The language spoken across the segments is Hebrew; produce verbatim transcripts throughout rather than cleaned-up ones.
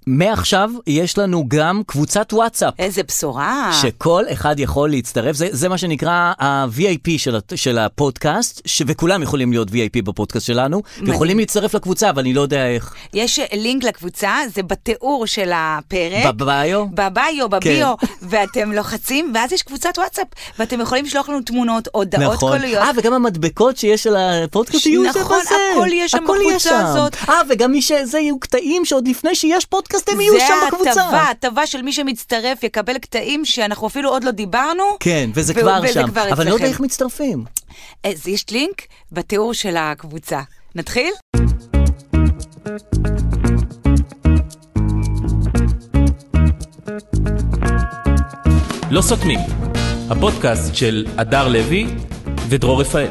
מעכשיו יש לנו גם קבוצת וואטסאפ. איזה בשורה. שכל אחד יכול להצטרף, זה, זה מה שנקרא ה-וי איי פי של, של הפודקאסט, ש, וכולם יכולים להיות וי איי פי בפודקאסט שלנו, ויכולים להצטרף לקבוצה, אבל אני לא יודע איך. יש לינק לקבוצה, זה בתיאור של הפרק. בביו? בביו, בביו, כן. ואתם לוחצים, ואז יש קבוצת וואטסאפ, ואתם יכולים לשלוח לנו תמונות, הודעות נכון. קוליות. אה, וגם המדבקות שיש על הפודקאסט יהיו נכון, זה הכל יש שם הכל בקבוצה שם. הזאת. אה, וגם מי שזה יהיו קטעים שעוד לפני שיש פודקאסט, הם יהיו שם בקבוצה. זה הטבה, הטבה של מי שמצטרף יקבל קטעים שאנחנו אפילו עוד לא דיברנו. כן, וזה ו- כבר וזה שם. כבר אבל אני לא יודע איך מצטרפים. אז יש לינק בתיאור של הקבוצה. נתחיל? לא סותמים, הפודקאסט של אדר לוי ודרור רפאל.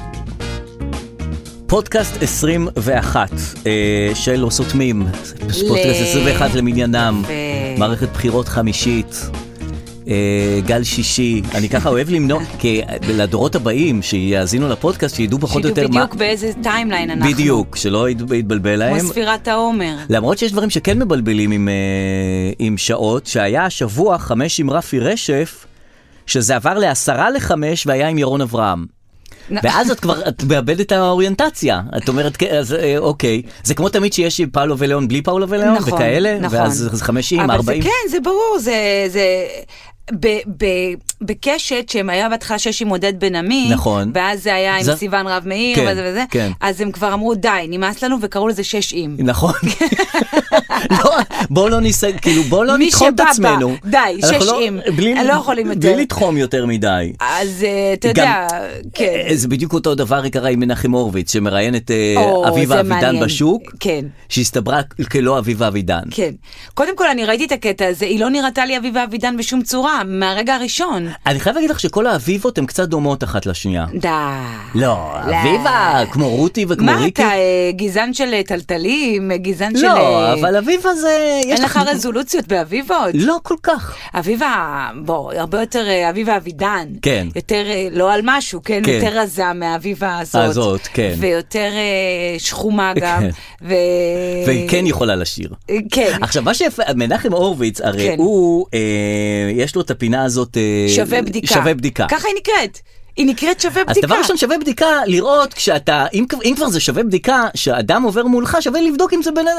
פודקאסט עשרים ואחת אה, של לא סותמים, פודקאסט עשרים ואחת למניינם, ו... מערכת בחירות חמישית, אה, גל שישי, אני ככה אוהב למנוע, כי לדורות הבאים שיאזינו לפודקאסט, שידעו פחות או יותר שידעו בדיוק מה... באיזה טיימליין אנחנו. בדיוק, שלא יתבלבל להם. כמו ספירת העומר. למרות שיש דברים שכן מבלבלים עם, אה, עם שעות, שהיה השבוע חמש עם רפי רשף, שזה עבר לעשרה לחמש והיה עם ירון אברהם. ואז את כבר, את מאבדת את האוריינטציה. את אומרת, אז, אוקיי. זה כמו תמיד שיש פאולו ולאון בלי פאולו ולאון, נכון, וכאלה, נכון. ואז זה חמישים, ארבעים. אבל זה כן, זה ברור, זה... זה... ב- ב- בקשת שהם היה בהתחלה שש עם עודד בן עמי, נכון. ואז זה היה עם זה... סיוון רב מאיר, כן, וזה וזה, כן. אז הם כבר אמרו די, נמאס לנו וקראו לזה שש עם. נכון. לא, בואו לא ניסה, כאילו בואו לא נתחום את עצמנו. די, שש לא, עם, בלי, לא יכולים יותר. בלי לתחום יותר מדי. אז אתה יודע, כן. זה בדיוק אותו דבר יקרה עם מנחם הורוביץ, שמראיין את או, אביבה אבידן בשוק, כן. שהסתברה כלא אביבה אבידן. כן. קודם כל אני ראיתי את הקטע הזה, היא לא נראתה לי אביבה אבידן בשום צורה, מהרגע הראשון. אני חייב להגיד לך שכל האביבות הן קצת דומות אחת לשנייה. די. לא, אביבה, כמו רותי וכמו מה ריקי. מה אתה, גזען של טלטלים, גזען של... לא, אבל אביבה זה... אין לך רזולוציות באביבות? לא כל כך. אביבה, בוא, הרבה יותר אביבה אבידן. כן. יותר, לא על משהו, כן? כן. יותר רזה מאביבה הזאת. הזאת, כן. ויותר שחומה גם. ו... והיא כן יכולה לשיר. כן. עכשיו, מה שיפה, מנחם הורוביץ, הרי כן. הוא, אה, יש לו את הפינה הזאת... אה, שווה בדיקה. שווה בדיקה. ככה היא נקראת. היא נקראת שווה בדיקה. אז דבר ראשון שווה בדיקה, לראות כשאתה, אם, אם כבר זה שווה בדיקה, שאדם עובר מולך, שווה לבדוק אם זה בן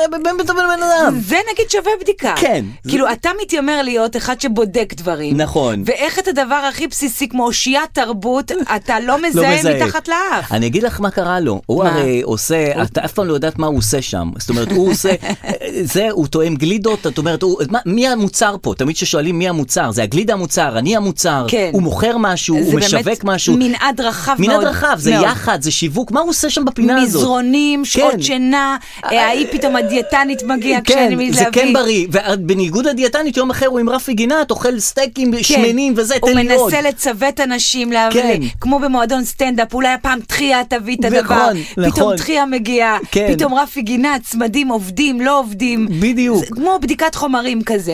אדם. זה נגיד שווה בדיקה. כן. כאילו, זה... אתה מתיימר להיות אחד שבודק דברים. נכון. ואיך את הדבר הכי בסיסי, כמו אושיית תרבות, אתה לא מזהה, לא מזהה. מתחת לאף. אני אגיד לך מה קרה לו. הוא מה? הרי עושה, הוא... אתה אף פעם לא יודעת מה הוא עושה שם. זאת אומרת, הוא עושה, זה, הוא תואם גלידות, זאת אומרת, הוא, מה, מי המוצר פה? תמיד ששואלים מי המוצר, זה הגלידה המוצר, אני המוצר. כן. הוא מוכר משהו, הוא משווק משהו. מנעד רחב מאוד. מנעד רחב, זה יחד, זה שיווק, מה הוא עושה שם בפינה הזאת? מזרונים, שעות שינה, ההיא פתאום הדיאטנית מגיעה כשאני מי להביא. זה כן בריא, ובניגוד הדיאטנית, יום אחר הוא עם רפי גינת, אוכל סטייקים שמנים וזה, תן לי עוד. הוא מנסה לצוות אנשים, כמו במועדון סטנדאפ, אולי הפעם תחייה תביא את הדבר, פתאום תחייה מגיעה, פתאום רפי גינת, צמדים עובדים, לא עובדים. בדיוק. כמו בדיקת חומרים כזה.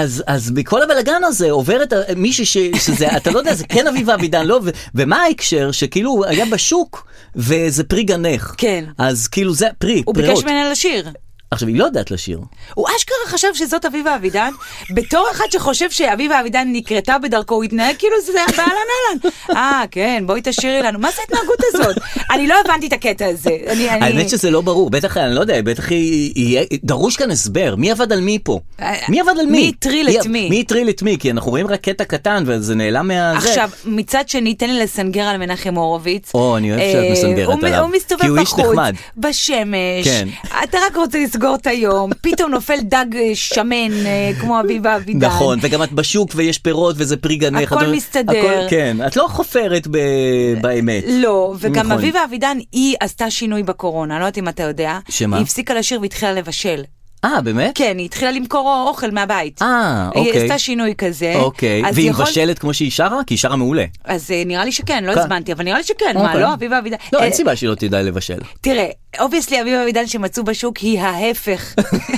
אז בכל הבלגן הזה עוברת מישהי שזה, אתה לא יודע, זה כן אביבה אבידן, לא, ומה ההקשר שכאילו היה בשוק וזה פרי גנך. כן. אז כאילו זה פרי, הוא פרירות. ביקש ממנה לשיר. עכשיו, היא לא יודעת לשיר. הוא אשכרה חשב שזאת אביבה אבידן, בתור אחד שחושב שאביבה אבידן נקרתה בדרכו, הוא התנהג כאילו זה היה באלן אלן. אה, כן, בואי תשירי לנו. מה זה ההתנהגות הזאת? אני לא הבנתי את הקטע הזה. האמת שזה לא ברור. בטח, אני לא יודע, בטח יהיה, דרוש כאן הסבר. מי עבד על מי פה? מי עבד על מי? מי הטריל את מי? מי הטריל את מי? כי אנחנו רואים רק קטע קטן, וזה נעלם מה... עכשיו, מצד שני, תן לי לסנגר על מנחם הורוביץ. או, אני אוהב שאת מסנגרת עליו. הוא מסתובב בחוץ, בשמש. אתה רק רוצה לסגור את היום. פתאום נופל דג שמן כמו אביבה אבידן. נכון, וגם את בשוק ויש פירות וזה פרי גנך. הכל מסתדר. כן, את לא חופרת באמת. לא, וגם אביבה אבידן היא עשתה שינוי בקורונה, לא יודעת אם אתה יודע. שמה? היא הפסיקה לשיר והתחילה לבשל. אה, באמת? כן, היא התחילה למכור אוכל מהבית. אה, אוקיי. היא עשתה שינוי כזה. אוקיי, והיא מבשלת כמו שהיא שרה? כי היא שרה מעולה. אז נראה לי שכן, לא הזמנתי, אבל נראה לי שכן. מה, לא? אביבה אבידן. לא, אין סיבה שהיא לא תדע לבשל. תראה, אובייסלי אביבה אבידן שמצאו בשוק היא ההפך.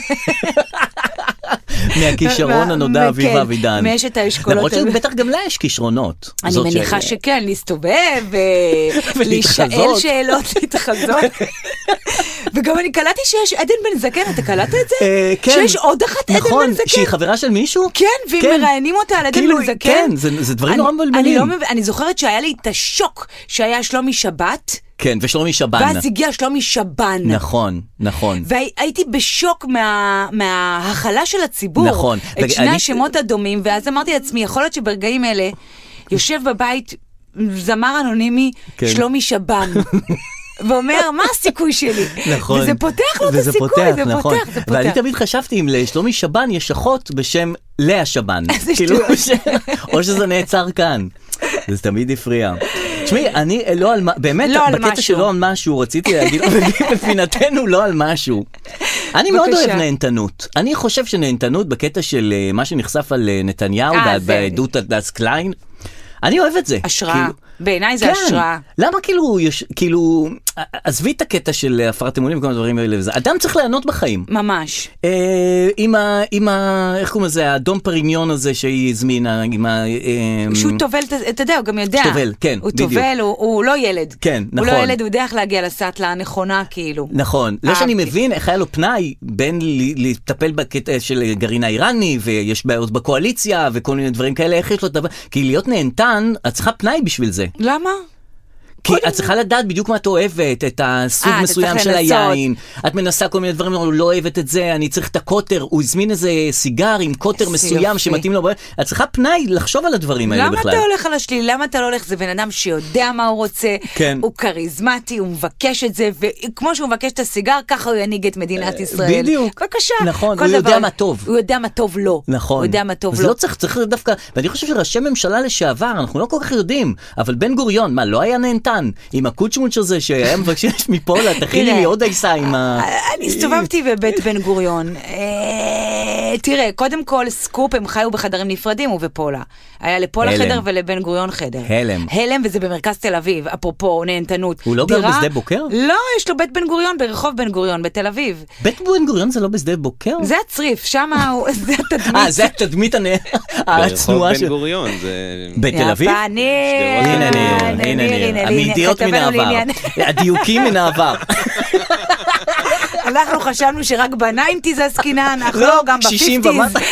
מהכישרון הנודע אביבה אבידן. מאשת האשכולות. למרות שבטח גם לה יש כישרונות. אני מניחה שכן, להסתובב, להישאל שאלות, להתחזות. וגם אני קלטתי שיש עדן בן זקן, אתה קלטת את זה? אה, כן. שיש עוד אחת עדן בן זקן. נכון, שהיא חברה של מישהו? כן, והם מראיינים אותה על עדן בן זקן. כן, זה, זה דברים נורא מבלבלים. אני, לא, אני זוכרת שהיה לי את השוק שהיה שלומי שבת. כן, ושלומי שבן. ואז הגיע שלומי שבן. נכון, נכון. והייתי בשוק מה, מההכלה של הציבור. נכון. את שני השמות הדומים, ואז אמרתי לעצמי, יכול להיות שברגעים אלה, יושב בבית זמר אנונימי, כן. שלומי שבן. ואומר, מה הסיכוי שלי? נכון. וזה פותח לו את הסיכוי, פותח, זה נכון. פותח, זה פותח. ואני תמיד חשבתי, אם לשלומי שבן יש אחות בשם לאה שבן. כאילו, ש... או שזה נעצר כאן. זה תמיד הפריע. תשמעי, אני לא על מה, באמת, לא בקטע משהו. שלא על משהו, רציתי להגיד, בפינתנו לא על משהו. אני מאוד אוהב נהנתנות. אני חושב שנהנתנות בקטע של מה שנחשף על נתניהו, בעדות הדס קליין, אני אוהב את זה. השראה. בעיניי זה השראה. למה כאילו, כאילו, עזבי את הקטע של הפרת אמונים וכל הדברים האלה וזה. אדם צריך ליהנות בחיים. ממש. עם ה, איך קוראים לזה, האדום פרימיון הזה שהיא הזמינה, עם ה... שהוא טובל, אתה יודע, הוא גם יודע. טובל, כן, בדיוק. הוא טובל, הוא לא ילד. כן, נכון. הוא לא ילד, הוא יודע איך להגיע לסטלה הנכונה, כאילו. נכון. לא שאני מבין איך היה לו פנאי בין לטפל בקטע של גרעין האיראני, ויש בעיות בקואליציה, וכל מיני דברים כאלה, איך יש לו דבר... כי להיות נהנתן, את צריכה פנאי בשביל זה. למה? כי את צריכה לדעת בדיוק מה את אוהבת, את הסוג מסוים של היין, את מנסה כל מיני דברים, הוא לא אוהבת את זה, אני צריך את הקוטר, הוא הזמין איזה סיגר עם קוטר מסוים שמתאים לו, את צריכה פנאי לחשוב על הדברים האלה בכלל. למה אתה הולך על השליל? למה אתה לא הולך? זה בן אדם שיודע מה הוא רוצה, הוא כריזמטי, הוא מבקש את זה, וכמו שהוא מבקש את הסיגר, ככה הוא ינהיג את מדינת ישראל. בדיוק. בבקשה. נכון, הוא יודע מה טוב. הוא יודע מה טוב לו. נכון. הוא יודע מה טוב אז לו. לא צריך, צריך דווקא, ואני חושב שראשי ממשלה לשעבר, אנחנו לא כל כך יודעים, אבל בן גוריון, מה, לא היה נהנתן? עם הקוצ'מונץ' הזה שהיה מבקש מפולה, תכיני לי עוד עיסה עם ה... אני הסתובבתי בבית בן גוריון. תראה, קודם כל סקופ, הם חיו בחדרים נפרדים ובפולה. היה לפולה חדר ולבן גוריון חדר. הלם. הלם, וזה במרכז תל אביב, אפרופו נהנתנות. הוא לא גר בשדה בוקר? לא, יש לו בית בן גוריון ברחוב בן גוריון, בתל אביב. בית בן גוריון זה לא בשדה בוקר? זה הצריף, שם זה התדמית. אה, זה התדמית הצנועה ברחוב בן גוריון, זה... בתל אביב? יפניר, הנה, הנה, הנה, הנה, המידיעות מן העבר. הדיוקים מן העבר. אנחנו חשבנו שרק בניינטיז הסקינה, אנחנו לא, גם בפיפטיז.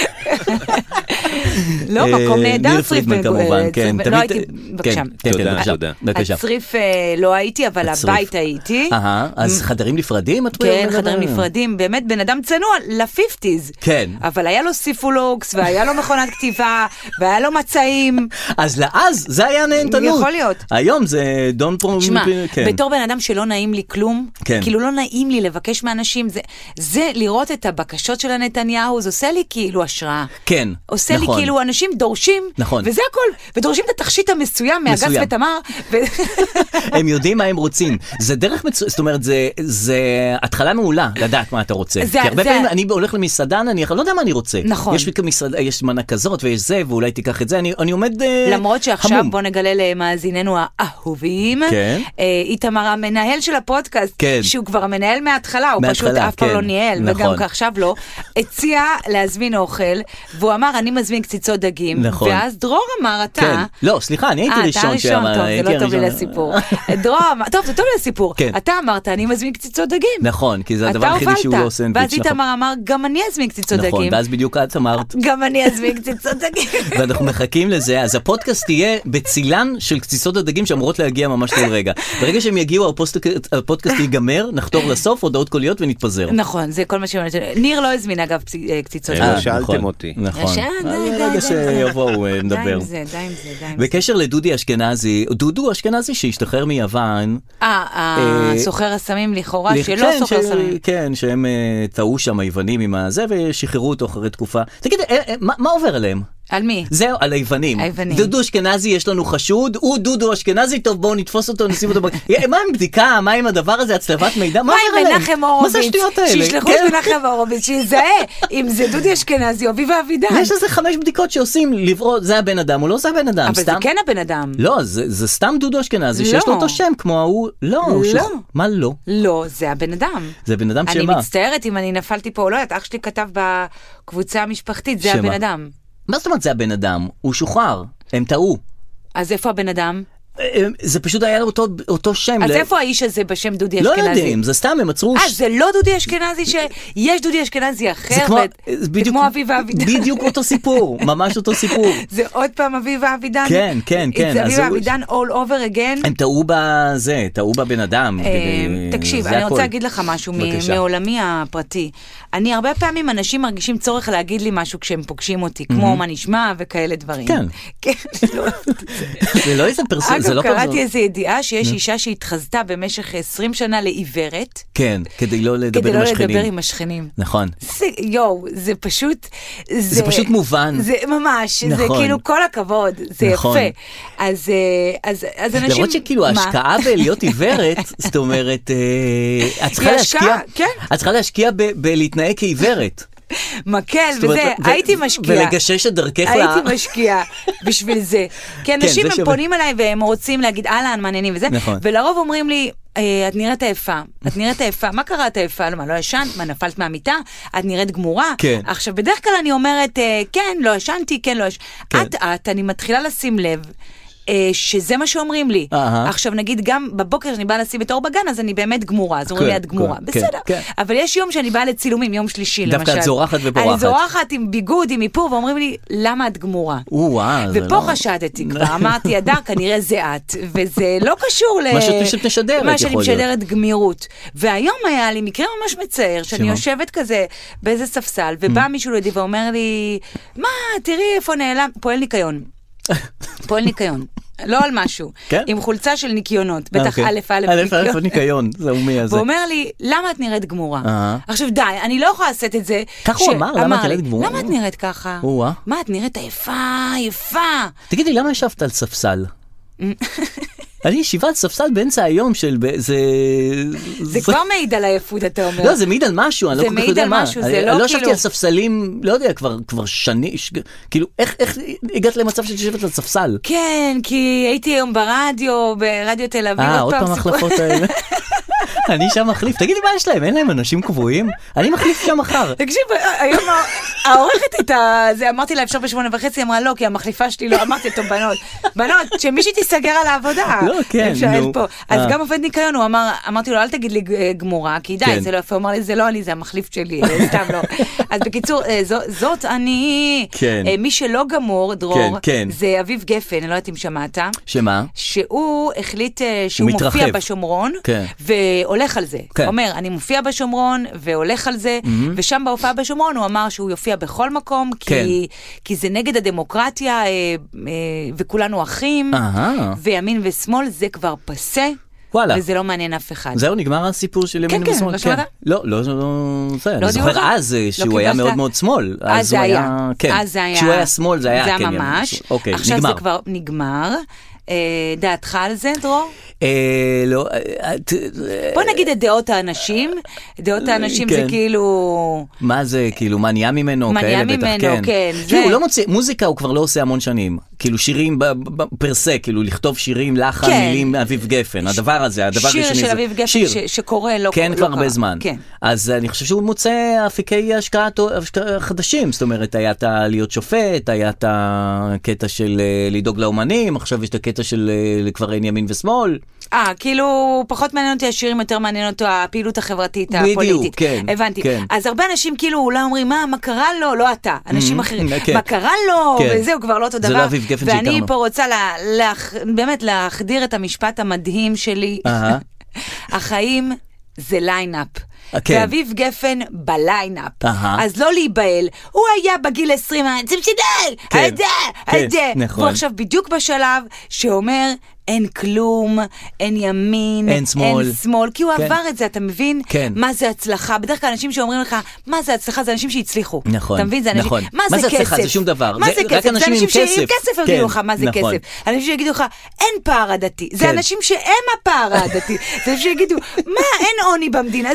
לא, מקום נהדר, צריף בן גוריון. לא הייתי, בבקשה. בבקשה. הצריף לא הייתי, אבל הבית הייתי. אז חדרים נפרדים? כן, חדרים נפרדים. באמת בן אדם צנוע, לפיפטיז. כן. אבל היה לו סיפולוגס, והיה לו מכונת כתיבה, והיה לו מצעים. אז לאז, זה היה נהנתנות. יכול להיות. היום זה דון פרום... שמע, בתור בן אדם שלא נעים לי כלום, כאילו לא נעים לי לבקש מאנשים, זה לראות את הבקשות של הנתניהו, זה עושה לי כאילו השראה. כן, עושה לי כאילו אנשים דורשים, וזה הכל, ודורשים את התכשיט המסוים מהגס ותמר. הם יודעים מה הם רוצים. זה דרך מצוין, זאת אומרת, זה התחלה מעולה לדעת מה אתה רוצה. כי הרבה פעמים אני הולך למסעדן, אני לא יודע מה אני רוצה. נכון. יש מנה כזאת ויש זה, ואולי תיקח את זה, אני עומד המום. למרות שעכשיו בוא נגלה למאזיננו האהובים, איתמר המנהל של הפודקאסט, שהוא כבר המנהל מההתחלה, הוא פשוט אף פעם לא ניהל, וגם עכשיו לא, הציע להזמין אוכל, והוא אמר, אני מזמין קציצות דגים, ואז דרור אמר, אתה... לא, סליחה, אני הייתי ראשון שאמר... טוב, זה לא טוב לי לסיפור. דרור אמר, טוב, זה טוב לי לסיפור. אתה אמרת, אני מזמין קציצות דגים. נכון, כי זה הדבר היחידי שהוא לא עושה. ואז איתמר אמר, גם אני אזמין קציצות דגים. נכון, ואז בדיוק את אמרת. גם אני אזמין קציצות דגים. ואנחנו מחכים לזה, אז הפודקאסט יהיה בצילן של קציצות הדגים שאמורות להגיע ממש כל רגע. ברגע שהם יגיעו, הפודקאסט ייגמר, נחתור לסוף, הודעות קוליות ונתפזר. נכון, זה כל מה שאומרת. ניר לא הזמין, אגב, קציצות. שאלתם אותי. נכון. רגע שיבואו, נדבר. די עם זה, די עם זה, די עם זה. בקשר לדודי אשכנזי, דודו אשכנזי שהשתחרר מיוון. אה, סוחר הסמים לכאורה, שלא סוחר סמים. כן, שהם טעו שם היוונים עם הזה, ושחררו אותו אחרי תקופה. תגיד, מה עובר עליהם? על מי? זהו, על היוונים. היוונים. דודו אשכנזי, יש לנו חשוד, הוא דודו אשכנזי, טוב, בואו נתפוס אותו, נשים אותו... מה עם בדיקה? מה עם הדבר הזה? הצלבת מידע? מה עובר עליהם? מנחם הורוביץ? מה זה השטויות האלה? שישלחו את מנחם הורוביץ, שיזהה אם זה דודי אשכנזי או אביבה אבידן. יש איזה חמש בדיקות שעושים לברוא, זה הבן אדם או לא זה הבן אדם. אבל זה כן הבן אדם. לא, זה סתם דודו אשכנזי, שיש לו אותו שם כמו ההוא. לא. מה לא? לא, זה הבן אדם. זה בן אדם שמה? אני מצטערת אם אני נפלתי פה או לא, אח שלי כתב בקבוצה המשפחתית, זה הבן אדם. מה זאת אומרת זה הבן אדם? הוא שוחרר, הם טעו. אז איפה הבן אדם? זה פשוט היה אותו, אותו שם. אז איפה האיש הזה בשם דודי לא אשכנזי? יודעים, זה סתם, הם עצרו... אה, זה לא דודי אשכנזי, שיש דודי אשכנזי אחר, זה כמו, ו... בדיוק, כמו אביב ואבידן. בדיוק אותו סיפור, ממש אותו סיפור. זה עוד פעם אביב ואבידן? כן, כן, כן. זה אביב ואבידן all over again? הם טעו בזה, טעו בבן אדם. תקשיב, אני רוצה להגיד לך משהו מעולמי הפרטי. אני הרבה פעמים אנשים מרגישים צורך להגיד לי משהו כשהם פוגשים אותי, כמו מה נשמע וכאלה דברים. כן. זה לא איזה פרסום, זה לא פרסום. אגב, קראתי איזו ידיעה שיש אישה שהתחזתה במשך עשרים שנה לעיוורת. כן, כדי לא לדבר עם השכנים. כדי לא לדבר עם השכנים. נכון. יואו, זה פשוט... זה פשוט מובן. זה ממש, זה כאילו כל הכבוד, זה יפה. אז אנשים... למרות שכאילו ההשקעה בלהיות עיוורת, זאת אומרת, את צריכה להשקיע... את צריכה להשקיע בלהתנהג כעיוורת. מקל וזה, הייתי משקיעה. ולגשש את דרכך לה. הייתי משקיעה בשביל זה. כי אנשים הם פונים אליי והם רוצים להגיד, אהלן, מעניינים וזה, ולרוב אומרים לי, את נראית עייפה, את נראית עייפה, מה קרה את עייפה? מה, לא ישנת? מה, נפלת מהמיטה? את נראית גמורה? עכשיו, בדרך כלל אני אומרת, כן, לא ישנתי, כן, לא ישנתי. את, את, אני מתחילה לשים לב. שזה מה שאומרים לי. עכשיו נגיד גם בבוקר שאני באה לשים את אור בגן, אז אני באמת גמורה, אז אומרים לי את גמורה. בסדר. אבל יש יום שאני באה לצילומים, יום שלישי למשל. דווקא את זורחת ובורחת. אני זורחת עם ביגוד, עם איפור, ואומרים לי, למה את גמורה? ופה חשדתי כבר, אמרתי, אדר, כנראה זה את, וזה לא קשור ל... מה שאת משדרת, מה שאני משדרת גמירות. והיום היה לי מקרה ממש מצער, שאני יושבת כזה באיזה ספסל, ובא מישהו לידי ואומר לי, מה, תראי איפה נעלם, פועל ניקיון. פועל ניקיון. לא על משהו, עם חולצה של ניקיונות, בטח א' א' א' א' ניקיון, זהו מי הזה. והוא אומר לי, למה את נראית גמורה? עכשיו די, אני לא יכולה לעשות את זה. ככה הוא אמר, למה את נראית גמורה? למה את נראית ככה? מה, את נראית עייפה, עייפה. תגידי, למה ישבת על ספסל? אני ישיבה על ספסל באמצע היום של... זה כבר מעיד על העייפות, אתה אומר. לא, זה מעיד על משהו, אני לא כל כך יודע מה. זה מעיד על משהו, זה לא כאילו... לא ישבתי על ספסלים, לא יודע, כבר שני... כאילו, איך הגעת למצב שתשבת על ספסל? כן, כי הייתי היום ברדיו, ברדיו תל אביב. אה, עוד פעם החלפות האלה. אני שם מחליף. תגידי, מה יש להם? אין להם אנשים קבועים? אני מחליף שם מחר. תקשיב, היום העורכת הייתה... זה אמרתי לה אפשר בשמונה וחצי, אמרה לא, כי המחליפה שלי לא, אמרתי, טוב, בנות, בנות, שמישהי תיסגר על העבודה. לא, כן, נו. אז גם עובד ניקיון, הוא אמר, אמרתי לו, אל תגיד לי גמורה, כי די, זה לא יפה. הוא אמר לי, זה לא אני, זה המחליף שלי, סתם לא. אז בקיצור, זאת אני... מי שלא גמור, דרור, זה אביב גפן, אני לא יודעת אם שמעת. שמה? שהוא החליט שהוא מופיע בשומרון, והולך על זה. אומר, אני מופיע בשומרון, והולך על זה, ושם בהופעה בשומרון הוא אמר שהוא יופיע בכל מקום, כי זה נגד הדמוקרטיה, וכולנו אחים, וימין ושמאל זה כבר פסה, וזה לא מעניין אף אחד. זהו, נגמר הסיפור של ימין כן, ושמאל? כן, לא שמעת? לא, לא, זה, אני זוכר אז שהוא היה מאוד מאוד שמאל. אז זה היה. אז זה היה. כשהוא היה שמאל זה היה, זה היה ממש. עכשיו זה כבר נגמר. דעתך על זה, דרור? לא. בוא נגיד את דעות האנשים. דעות האנשים זה כאילו... מה זה, כאילו, מה נהיה ממנו? מה נהיה ממנו, כן. הוא לא מוצא, מוזיקה הוא כבר לא עושה המון שנים. כאילו שירים פרסה, כאילו לכתוב שירים, לחן, מילים, אביב גפן. הדבר הזה, הדבר שיר של אביב גפן שקורא לא קרה. כן, כבר הרבה זמן. אז אני חושב שהוא מוצא אפיקי השקעה חדשים. זאת אומרת, היה את להיות שופט, היה את הקטע של לדאוג לאומנים, עכשיו יש את הקטע של כבר אין ימין ושמאל. אה, כאילו, פחות מעניין אותי השירים, יותר מעניין אותו הפעילות החברתית, הפוליטית. בדיוק, כן. הבנתי. אז הרבה אנשים כאילו אולי אומרים, מה, מה קרה לו? לא אתה, אנשים אחרים. מה קרה לו? וזהו, כבר לא אותו דבר. זה לא אביב גפן שהכרנו. ואני פה רוצה באמת להחדיר את המשפט המדהים שלי. החיים זה ליינאפ. ואביב גפן בליינאפ. אז לא להיבהל. הוא היה בגיל עשרים, זה משנה, עדה, עדה. הוא עכשיו בדיוק בשלב שאומר, אין כלום, אין ימין, אין שמאל, אין שמאל, כי הוא כן. עבר את זה, אתה מבין? כן. מה זה הצלחה? בדרך כלל אנשים שאומרים לך, מה זה הצלחה? זה אנשים שהצליחו. נכון, אתה מבין? זה אנשים, נכון. מה, מה זה זה הצלחה? כסף? זה שום דבר. מה זה, זה כסף? רק אנשים עם כסף. שעם כסף כן. יגידו לך מה זה נכון. כסף. אנשים שיגידו לך, אין פער עדתי. זה כן. אנשים שהם הפער העדתי. זה אנשים שיגידו, מה, אין עוני במדינה, זה נכון.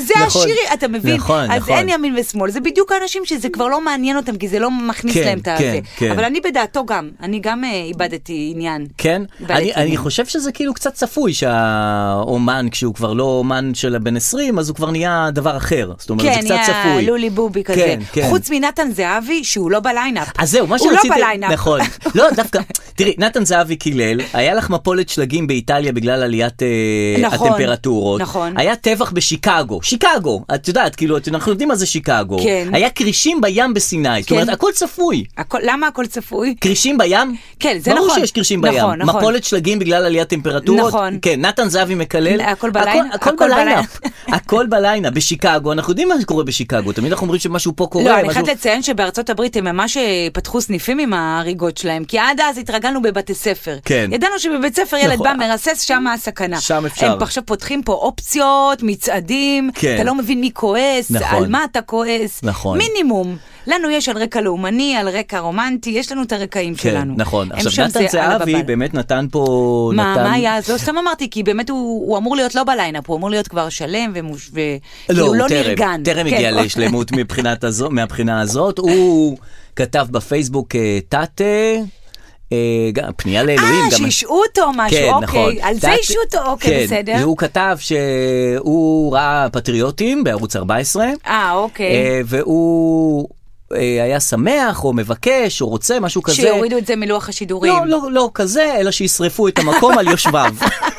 שירי, אתה מבין? נכון, אז נכון. אין ימין ושמאל, זה בדיוק האנשים שזה כבר לא מעניין אותם, כי זה לא מכניס כן, להם את כן, הזה. כן. אבל אני בדעתו גם, אני גם אה, איבדתי עניין. כן? איבדתי אני, אני עניין. חושב שזה כאילו קצת צפוי שהאומן, כשהוא כבר לא אומן של בן עשרים, אז הוא כבר נהיה דבר אחר. זאת אומרת, כן, זה קצת יא, צפוי. לולי בובי כזה. כן, כן. חוץ מנתן זהבי, שהוא לא בליינאפ. אז זהו, מה הוא שרציתי... לא בליינאפ. נכון. לא, דווקא... תראי, נתן זהבי קילל, היה לך מפולת שלגים באיטליה בגלל עליית אה, נכון, הטמפרטורות. נכון. היה טבח בשיקגו. שיקגו, את יודעת, כאילו, אנחנו יודעים מה זה שיקגו. כן. היה קרישים בים בסיני. זאת כן. אומרת, הכל צפוי. הכל, למה הכל צפוי? קרישים בים? כן, זה ברור נכון. שיש קרישים בים. נכון, נכון. מפולת שלגים בגלל עליית טמפרטורות. נכון. כן, נתן זהבי מקלל. הכל בליין- הכל, הכל הכל בליינאפ. הכל בליינאפ. בשיקגו, אנחנו יודעים מה קורה בשיקגו. תמיד אנחנו אומרים שמשהו פה קורה. לא, אני משהו... חייבת לציין שבארצות הברית הם ממש פתחו סניפים עם ההריגות שלהם, כי עד אז התרגלנו בבתי ספר. כן. ידענו שבבית ספר ילד נכון. בא מרסס, שם הסכנה. שם אפשר. הם עכשיו פותחים פה אופציות, מצעדים, כן. אתה לא מבין מי כועס, נכון. על מה אתה כועס. נכון. מינימום. לנו יש על רקע לאומני, על רקע רומנטי, יש לנו את הרקעים כן, שלנו. נכון. הם עכשיו, שם נתן זה על זהבי הבבל. באמת נתן פה... מה, נתן... מה היה? זו סתם אמרתי, כי באמת הוא, הוא אמור להיות לא בליינאפ, הוא אמור להיות כבר שלם ומוש... ו... לא, כי הוא לא טרם, נרגן. טרם כן. הגיע לשלמות מבחינת הזו, מהבחינה הזאת. הוא כתב בפייסבוק אה, תתה, אה, גם- פנייה לאלוהים. אה, גם- שישעו אותו משהו, כן, אוקיי. נכון. על זה תת- ישעו אותו, אוקיי, כן, בסדר. והוא כתב שהוא ראה פטריוטים בערוץ ארבע עשרה, אה, אוקיי. אה, והוא אה, היה שמח או מבקש או רוצה משהו כזה. שיורידו את זה מלוח השידורים. לא, לא, לא כזה, אלא שישרפו את המקום על יושביו.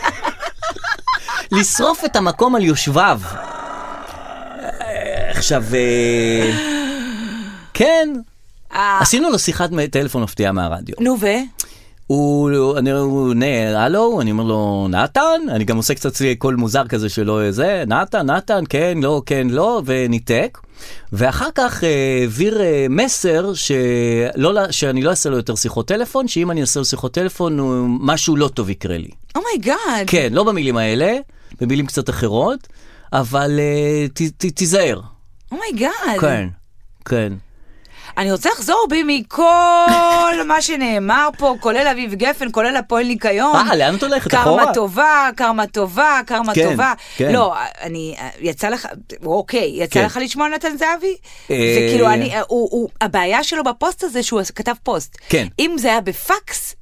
לשרוף את המקום על יושביו. עכשיו, אה, כן, אה, עשינו לו שיחת טלפון מפתיעה מהרדיו. נו ו? הוא, אני, הוא עונה, הלו, אני אומר לו, נתן? אני גם עושה קצת קול מוזר כזה שלא זה, נתן, נתן, כן, לא, כן, לא, וניתק. ואחר כך העביר אה, אה, מסר שלא, שאני לא אעשה לו יותר שיחות טלפון, שאם אני אעשה לו שיחות טלפון, הוא, משהו לא טוב יקרה לי. אומייגאד. כן, לא במילים האלה, במילים קצת אחרות, אבל אה, ת, ת, תיזהר. אומייגאד. כן, כן. אני רוצה לחזור בי מכל מה שנאמר פה, כולל אביב גפן, כולל הפועל ניקיון. אה, לאן את הולכת? אחורה? קרמה טובה, קרמה טובה, קרמה כן, טובה. כן. לא, אני, יצא לך, אוקיי, יצא כן. לך לשמוע נתן זהבי? אה, זה כאילו, אני, הוא, הוא, הבעיה שלו בפוסט הזה שהוא כתב פוסט. כן. אם זה היה בפקס,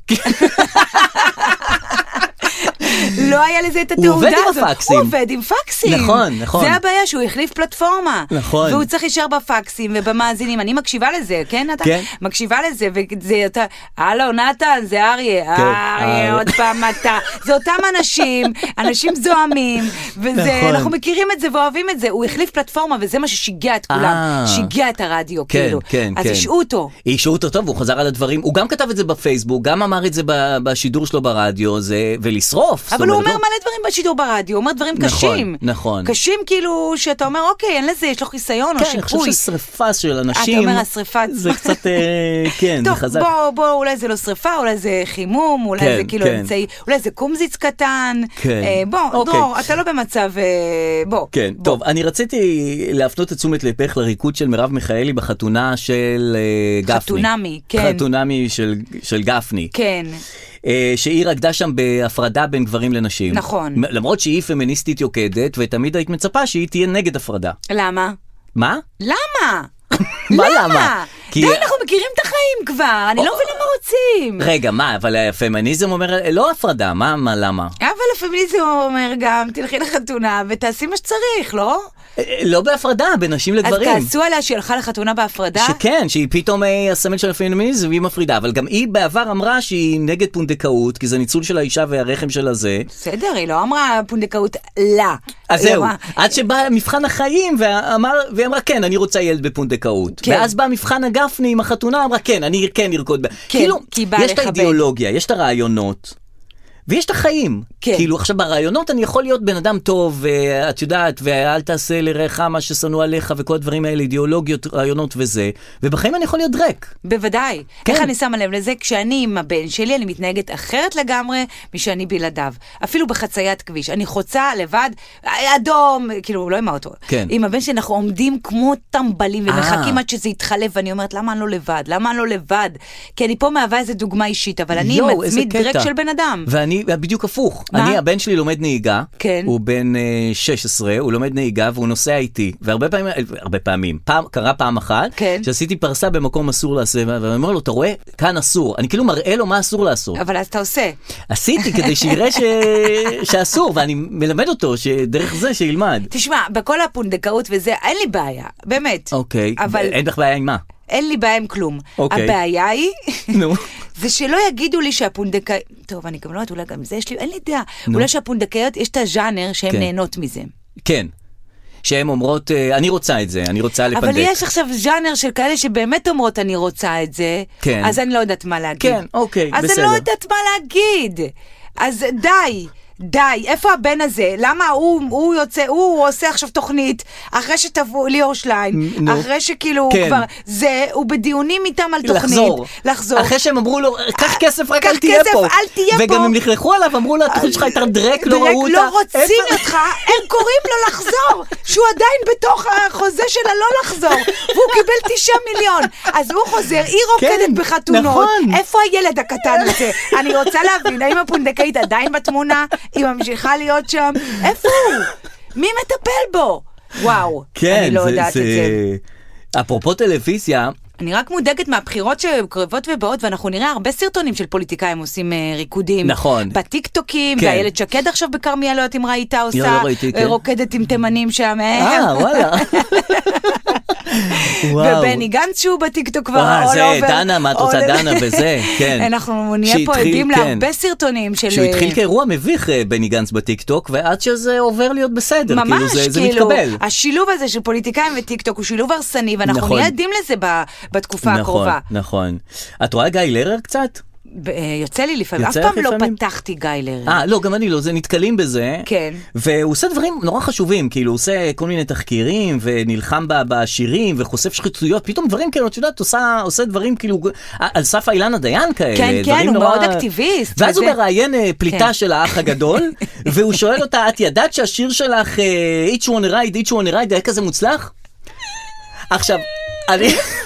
לא היה לזה את הוא התעודה עובד עם הזאת. הפקסים. הוא עובד עם פקסים. נכון, נכון. זה הבעיה, שהוא החליף פלטפורמה. נכון. והוא צריך להישאר בפקסים ובמאזינים. אני מקשיבה לזה, כן, נתן? כן. מקשיבה לזה, וזה אתה, הלו, נתן, זה אריה. אריה, אריה. עוד פעם אתה. זה אותם אנשים, אנשים זוהמים, וזה, נכון. אנחנו מכירים את זה ואוהבים את זה. הוא החליף פלטפורמה, וזה מה ששיגע את כולם. אה. שיגע את הרדיו, כן, כאילו. כן, אז כן. השעו אותו. אישרו אותו טוב, הוא חזר על הדברים, הוא גם כתב את זה בפייסבוק, גם אמר את זה ב- בשידור שלו ברדיו, זה, ולשרוף. זאת אבל הוא אומרת, אומר לא- מלא דברים בשידור ברדיו, הוא אומר דברים נכון, קשים. נכון. קשים כאילו, שאתה אומר, אוקיי, אין לזה, יש לו חיסיון או כן, אני חושב שיפוי. ששריפה של אנשים, אתה אומר, השריפה עצמה. זה קצת, אה, כן, טוב, זה חזק. בוא, בוא, אולי זה לא שריפה, אולי זה חימום, אולי כן, זה כאילו כן. אמצעי, אולי זה קומזיץ קטן. כן. אה, בוא, אוקיי. דרור, אתה לא במצב, אה, בוא. כן, בוא. טוב, אני רציתי להפנות את תשומת לבך לריקוד של מרב מיכאלי בחתונה של אה, גפני. חתונמי, כן. חתונמי של, של גפני. כן. אה, שהיא רקדה שם בהפרדה בין גברים לנשים. נכון. מ- למרות שהיא פמיניסטית יוקדת, ותמיד היית מצפה שהיא תהיה נגד הפרדה. למה? מה? למה? מה למה? כי- די, אנחנו מכירים את החיים כבר, אני לא מבינה מה רוצים. רגע, מה, אבל הפמיניזם אומר, לא הפרדה, מה, מה, למה? אבל הפמיניזם אומר גם, תלכי לחתונה ותעשי מה שצריך, לא? אה, לא בהפרדה, בין נשים אז לגברים. כעסו עליה שהיא הלכה לחתונה בהפרדה? שכן, שהיא פתאום אה, הסמל של הפמיניזם והיא מפרידה, אבל גם היא בעבר אמרה שהיא נגד פונדקאות, כי זה ניצול של האישה והרחם של הזה. בסדר, היא לא אמרה פונדקאות לה. אז היא זהו, אמרה- עד שבא מבחן החיים ואמר, והיא אמרה כן, אני רוצה ילד בפונדקאות. כן. ואז בא מבחן הגפני עם החתונה, אמרה כן, אני כן ארקוד. ב-" כן, כאילו, כי היא באה יש את לכבד. האידיאולוגיה, יש את הרעיונות. ויש את החיים. כן. כאילו עכשיו ברעיונות אני יכול להיות בן אדם טוב, ואת יודעת, ואל תעשה לרעך מה ששנוא עליך, וכל הדברים האלה, אידיאולוגיות, רעיונות וזה, ובחיים אני יכול להיות דרק. בוודאי. כן. איך אני שמה לב לזה? כשאני עם הבן שלי, אני מתנהגת אחרת לגמרי משאני בלעדיו. אפילו בחציית כביש. אני חוצה לבד, אדום, כאילו, לא עם האוטו. כן. עם הבן שלי אנחנו עומדים כמו טמבלים, אה. ומחכים עד שזה יתחלף, ואני אומרת, למה אני לא לבד? למה אני לא לבד? כי אני פה מהווה איזה דוגמה אישית, אבל אני יו, עם איזה עצמי דרק קטע. של בן אדם. ואני בדיוק הפוך. אני, הבן שלי לומד נהיגה, כן. הוא בן שש עשרה, הוא לומד נהיגה והוא נוסע איתי, והרבה פעמים, הרבה פעמים, פעם, קרה פעם אחת, כן. שעשיתי פרסה במקום אסור לעשות, ואני אומר לו, אתה רואה, כאן אסור, אני כאילו מראה לו מה אסור לעשות. אבל אז אתה עושה. עשיתי כדי שיראה ש... שאסור, ואני מלמד אותו שדרך זה שילמד. תשמע, בכל הפונדקאות וזה, אין לי בעיה, באמת. אוקיי, אבל... אין לך בעיה עם מה? אין לי בעיה עם כלום. אוקיי. הבעיה היא, נו. זה שלא יגידו לי שהפונדקאי, טוב, אני גם לא יודעת, אולי גם זה יש לי, אין לי דעה. אולי שהפונדקאיות, יש את הז'אנר שהן כן. נהנות מזה. כן. שהן אומרות, אני רוצה את זה, אני רוצה לפנדק. אבל יש עכשיו ז'אנר של כאלה שבאמת אומרות, אני רוצה את זה, כן. אז אני לא יודעת מה להגיד. כן, אוקיי, אז בסדר. אני לא יודעת מה להגיד. אז די. די, איפה הבן הזה? למה הוא, הוא יוצא, הוא עושה עכשיו תוכנית, אחרי שתבוא ליאור שליין, נו. אחרי שכאילו כן. הוא כבר, זה, הוא בדיונים איתם על תוכנית. לחזור. לחזור. אחרי שהם אמרו לו, קח כסף, רק קח אל תהיה כסף, פה. אל תהיה פה. וגם הם נכלכו עליו, אמרו לו, התוכנית שלך הייתה דרק, לא ראו אותה. לא רוצים איפה? אותך, הם קוראים לו לחזור, שהוא עדיין בתוך החוזה שלה לא לחזור, והוא קיבל תשעה מיליון. אז הוא חוזר, היא רוקדת כן, בחתונות. נכון. איפה הילד הקטן הזה? אני רוצה להבין, האם הפונדקאית עדיין בתמונה? היא ממשיכה להיות שם? איפה הוא? מי מטפל בו? וואו, כן, אני לא זה, יודעת זה... את זה. אפרופו טלוויזיה, אני רק מודאגת מהבחירות שקרבות ובאות, ואנחנו נראה הרבה סרטונים של פוליטיקאים עושים uh, ריקודים. נכון. בטיקטוקים, כן. והילד שקד עכשיו בכרמיה, לא יודעת אם ראית עושה, לא, לא ראיתי, כן. רוקדת עם תימנים שם. אה, וואלה. וואו. ובני גנץ שהוא בטיקטוק כבר, וואו, all זה, over, דנה, מה את רוצה, all- דנה וזה, כן. אנחנו נהיה פה שהתחיל, עדים כן. להרבה סרטונים של... שהוא התחיל כאירוע מביך אה, בני גנץ בטיקטוק, ועד שזה עובר להיות בסדר, ממש, כאילו זה, זה כאילו, מתקבל. השילוב הזה של פוליטיקאים וטיקטוק הוא שילוב הרסני, ואנחנו נכון. נהיה עדים לזה ב- בתקופה נכון, הקרובה. נכון. את רואה גיא לרר קצת? ב- אה, יוצא לי לפעמים, אף יוצא פעם לך לא לפעמים? פתחתי גיא לרר. אה, לא, גם אני לא, זה נתקלים בזה. כן. והוא עושה דברים נורא חשובים, כאילו הוא עושה כל מיני תחקירים, ונלחם ב- בשירים, וחושף שחיתויות, פתאום דברים כאלה, את יודעת, עושה, עושה דברים כאילו, על סף אילנה דיין כאלה. כן, כן, דברים הוא נורא... מאוד אקטיביסט. ואז וזה... הוא מראיין אה, פליטה כן. של האח הגדול, והוא שואל אותה, את ידעת שהשיר שלך, אה, Each One Ride, Each One Ride, היה כזה מוצלח? עכשיו, אני...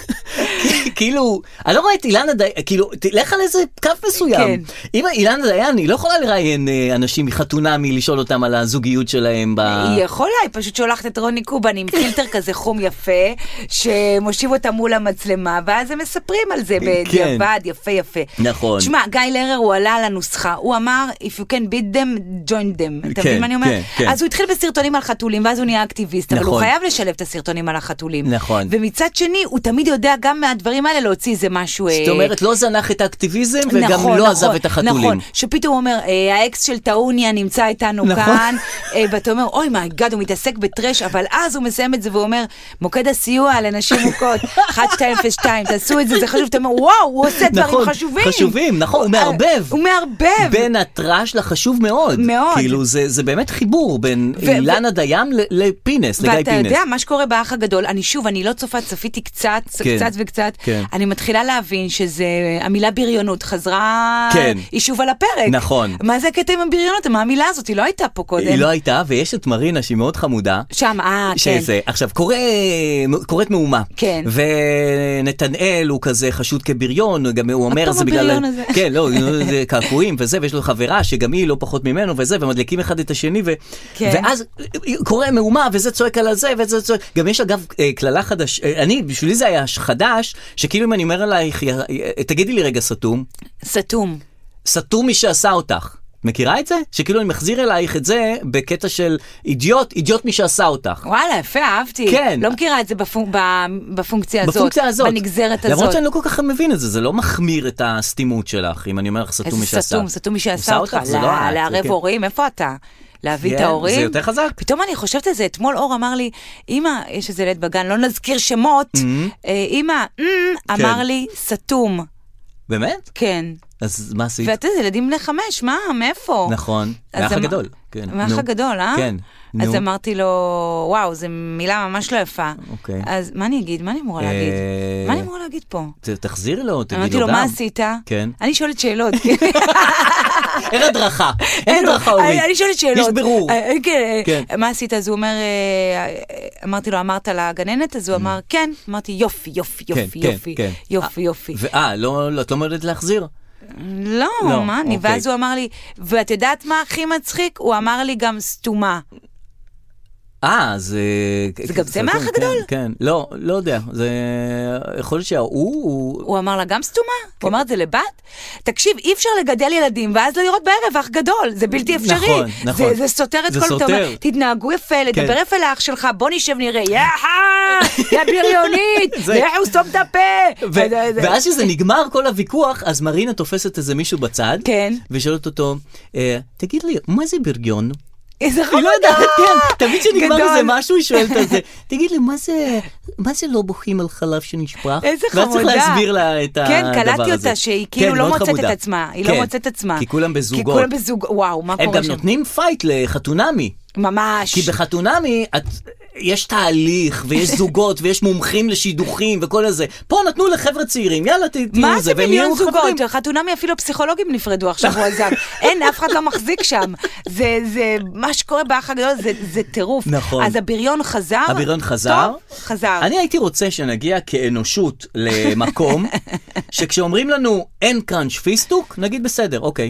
כאילו, אני לא רואה את אילנה דיין, כאילו, תלך על איזה קו מסוים. כן. אם אילנה דיין, היא לא יכולה לראיין אה, אנשים מחתונה מלשאול אותם על הזוגיות שלהם ב... היא יכולה, היא פשוט שולחת את רוני קובן עם פילטר כזה חום יפה, שמושיב אותה מול המצלמה, ואז הם מספרים על זה בדיעבד, יפה יפה. נכון. תשמע, גיא לרר הוא עלה על הנוסחה, הוא אמר, if you can beat them, join them. אתה כן, מבין מה אני אומר? כן, כן. אז הוא התחיל בסרטונים על חתולים, ואז הוא נהיה אקטיביסט, אבל הוא נכון. חייב לשלב את הסרטונים על החתולים. נכון. ומצד שני, הוא תמיד יודע גם מהדברים האלה להוציא איזה משהו... זאת אומרת, לא זנח את האקטיביזם, וגם נכון, לא נכון, עזב את החתולים. נכון, שפתאום הוא אומר, אה, האקס של טאוניה נמצא איתנו נכון. כאן, אה, ואתה אומר, אוי מה גד, הוא מתעסק בטרש, אבל אז הוא מסיים את זה והוא אומר, מוקד הסיוע לנשים מוכות, אחת שתיים אפס שתיים, תעשו את זה, זה חשוב, אתה אומר, וואו, הוא עושה דברים נכון, חשובים. חשובים, נכון, הוא מערבב. הוא מערבב. בין הטרש לחשוב מאוד. מאוד. כאילו, זה, זה באמת חיבור בין ו- אילנה דיין ל- לפינס, לגיא ואתה פינס. יודע, מה שקורה באח הגדול, אני שוב, אני לא צופה, צפיתי קצת, כן, קצת וקצת, כן. אני מתחילה להבין שזה, המילה בריונות חזרה, כן. היא שוב על הפרק. נכון. מה זה הקטע עם הבריונות? מה המילה הזאת? היא לא הייתה פה קודם. היא לא הייתה, ויש את מרינה שהיא מאוד חמודה. שם, אה, כן. שזה, עכשיו, קורא, קוראת מהומה. כן. ונתנאל הוא כזה חשוד כבריון, גם הוא אומר, עוד זה פעם בגלל... הבריון הזה. כן, לא, זה קעקועים וזה, ויש לו חברה שגם היא לא פחות ממנו וזה, ומדליקים אחד את השני, ו... כן. ואז קורא מהומה, וזה צועק על הזה, וזה צועק... גם יש אגב כללה חדש, אני, בשבילי זה היה חדש, שכאילו אם אני אומר עלייך, תגידי לי רגע סתום. סתום. סתום מי שעשה אותך. מכירה את זה? שכאילו אני מחזיר אלייך את זה בקטע של אידיוט, אידיוט מי שעשה אותך. וואלה, יפה, אהבתי. כן. לא מכירה את זה בפונק, בפונקציה הזאת. בפונקציה הזאת. בנגזרת הזאת. למרות שאני לא כל כך מבין את זה, זה לא מחמיר את הסתימות שלך, אם אני אומר לך סתום מי שעשה. איזה סתום, סתום מי שעשה אותך. זה לא את. לערב כן. הורים, איפה אתה? להביא את כן, ההורים. זה יותר חזק. פתאום אני חושבת על זה, אתמול אור אמר לי, אמא, יש איזה ילד בגן, לא נזכיר שמות, אמא, אמר לי, סתום. באמת? כן. אז מה עשית? ואתה יודע, ילדים בני חמש, מה, מאיפה? נכון, אז מהאח אמ- הגדול. כן, מהאח נו. הגדול, אה? כן, אז נו. אמרתי לו, וואו, זו מילה ממש לא יפה. אוקיי. אז מה אני אגיד? מה אני אמורה להגיד? אה, מה אני אמורה להגיד פה? ת- תחזירי לו, תגידי אמרתי לו לו, גם. מה עשית? כן. אני שואלת שאלות. אין הדרכה, אין הדרכה הורית. אני שואלת שאלות. יש בירור. אה, כן. כן. מה עשית? אז הוא אומר, אה, אמרתי לו, אמרת לגננת? אז הוא אמר, כן. אמרתי, יופי, יופי, יופי, כן, יופי, כן. יופי, יופי. ואה, לא, לא, את לא מודדת להחזיר? לא, לא, מה אני? אוקיי. ואז הוא אמר לי, ואת יודעת מה הכי מצחיק? הוא אמר לי גם סתומה. אה, זה... זה גם זה מהאח הגדול? כן, כן. לא, לא יודע. זה... יכול להיות שההוא... הוא... הוא אמר לה גם סתומה? הוא אמר את זה לבת? תקשיב, אי אפשר לגדל ילדים, ואז לא לראות בערב אח גדול. זה בלתי אפשרי. נכון, נכון. זה, זה סותר את זה כל... סותר. תתנהגו יפה, לדבר כן. יפה לאח שלך, בוא נשב נראה, יאחה, יא בריונית, לכו סתום את הפה. ו- ואז שזה נגמר כל הוויכוח, אז מרינה תופסת איזה מישהו בצד, כן. ושואלת אותו, "אה, תגיד לי, מה זה בריון? איזה היא לא חמודה. יודעת, כן, תמיד שנגמר גדול. איזה משהו, היא שואלת על זה, תגיד לי, מה זה, מה זה לא בוכים על חלב שנשפך? איזה ואז צריך חמודה. להסביר לה את הדבר הזה. כן, קלטתי אותה שהיא כאילו כן, לא מאוד מוצאת חמודה. את עצמה. היא כן, לא מוצאת את עצמה. כי כולם בזוגות. כי כולם בזוג... וואו, מה הם קורה גם שם? נותנים פייט לחתונמי. ממש. כי בחתונמי את, יש תהליך, ויש זוגות, ויש מומחים לשידוכים וכל הזה. פה נתנו לחבר'ה צעירים, יאללה, תהיו זה. מה זה והם מיליון יהיו זוגות? חברים. חתונמי אפילו פסיכולוגים נפרדו עכשיו, הוא עזב. אין, אף אחד לא מחזיק שם. זה, זה, מה שקורה באח הגדול, זה, זה טירוף. נכון. אז הבריון חזר. הבריון חזר. טוב, חזר. אני הייתי רוצה שנגיע כאנושות למקום, שכשאומרים לנו אין קראנץ' פיסטוק, נגיד בסדר, אוקיי.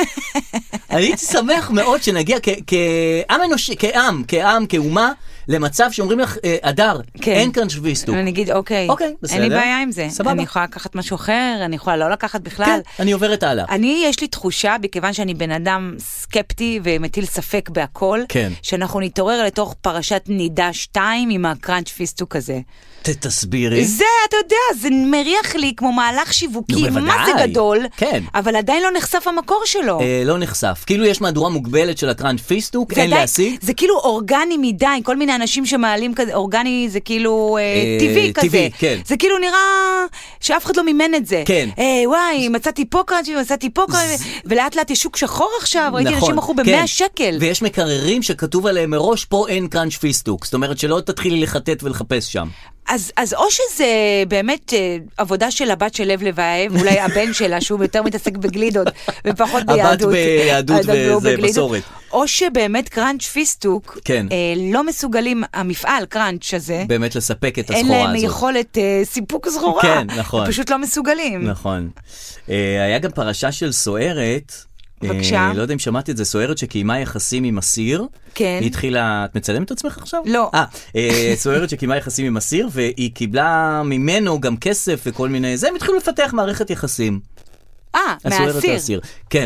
הייתי שמח מאוד שנגיע כ- כעם אנושי, כעם, כעם, כאומה, למצב שאומרים לך, אה, אדר, כן. אין קראנץ' פיסטוק. אני אגיד, אוקיי. אוקיי, בסדר. אין לי בעיה עם זה. סבבה. אני יכולה לקחת משהו אחר, אני יכולה לא לקחת בכלל. כן, אני עוברת הלאה. אני, יש לי תחושה, בכיוון שאני בן אדם סקפטי ומטיל ספק בהכל, כן. שאנחנו נתעורר לתוך פרשת נידה שתיים עם הקראנץ' פיסטוק הזה. ת- תסבירי. זה, אתה יודע, זה מריח לי כמו מהלך שיווקי, נו, בוודאי. מה זה גדול, כן. אבל עדיין לא נחשף המקור שלו. אה, לא נחשף. כאילו יש מהדורה מוגבלת של הקראנץ' פיסטוק, אין ועדיין- להשיג. זה כאילו אורגני מדי, כל מיני אנשים שמעלים כזה, אורגני זה כאילו אה, אה, טבעי כזה. טבעי, כן. זה כאילו נראה שאף אחד לא מימן את זה. כן. אה, וואי, מצאתי פה קראנץ' מצאתי פה קראנץ', ולאט לאט יש שוק שחור עכשיו, ראיתי נכון, אנשים מכרו כן. ב-מאה שקל. ויש מקררים שכתוב עליהם מראש, פה אין קראנץ' פיסטוק. זאת אומרת שלא תתחילי לחטט ולחפש שם. אז, אז או שזה באמת אה, עבודה של הבת של לב לבייב, אולי הבן שלה שהוא יותר מתעסק בגלידות ופחות ביהדות. הבת ביהדות הדגלו וזה, בגלידות. מסורת. או שבאמת קראנץ' פיסטוק, כן. אה, לא מסוגלים, המפעל קראנץ' הזה, באמת לספק את אין הסחורה להם הזאת. יכולת אה, סיפוק סחורה. כן, נכון. הם פשוט לא מסוגלים. נכון. אה, היה גם פרשה של סוערת. בבקשה. אה, לא יודע אם שמעת את זה, סוערת שקיימה יחסים עם אסיר. כן. היא התחילה, את מצלמת את עצמך עכשיו? לא. אה, אה, סוערת שקיימה יחסים עם אסיר, והיא קיבלה ממנו גם כסף וכל מיני זה, הם התחילו לפתח מערכת יחסים. אה, הסוערת מהאסיר. האסיר. כן.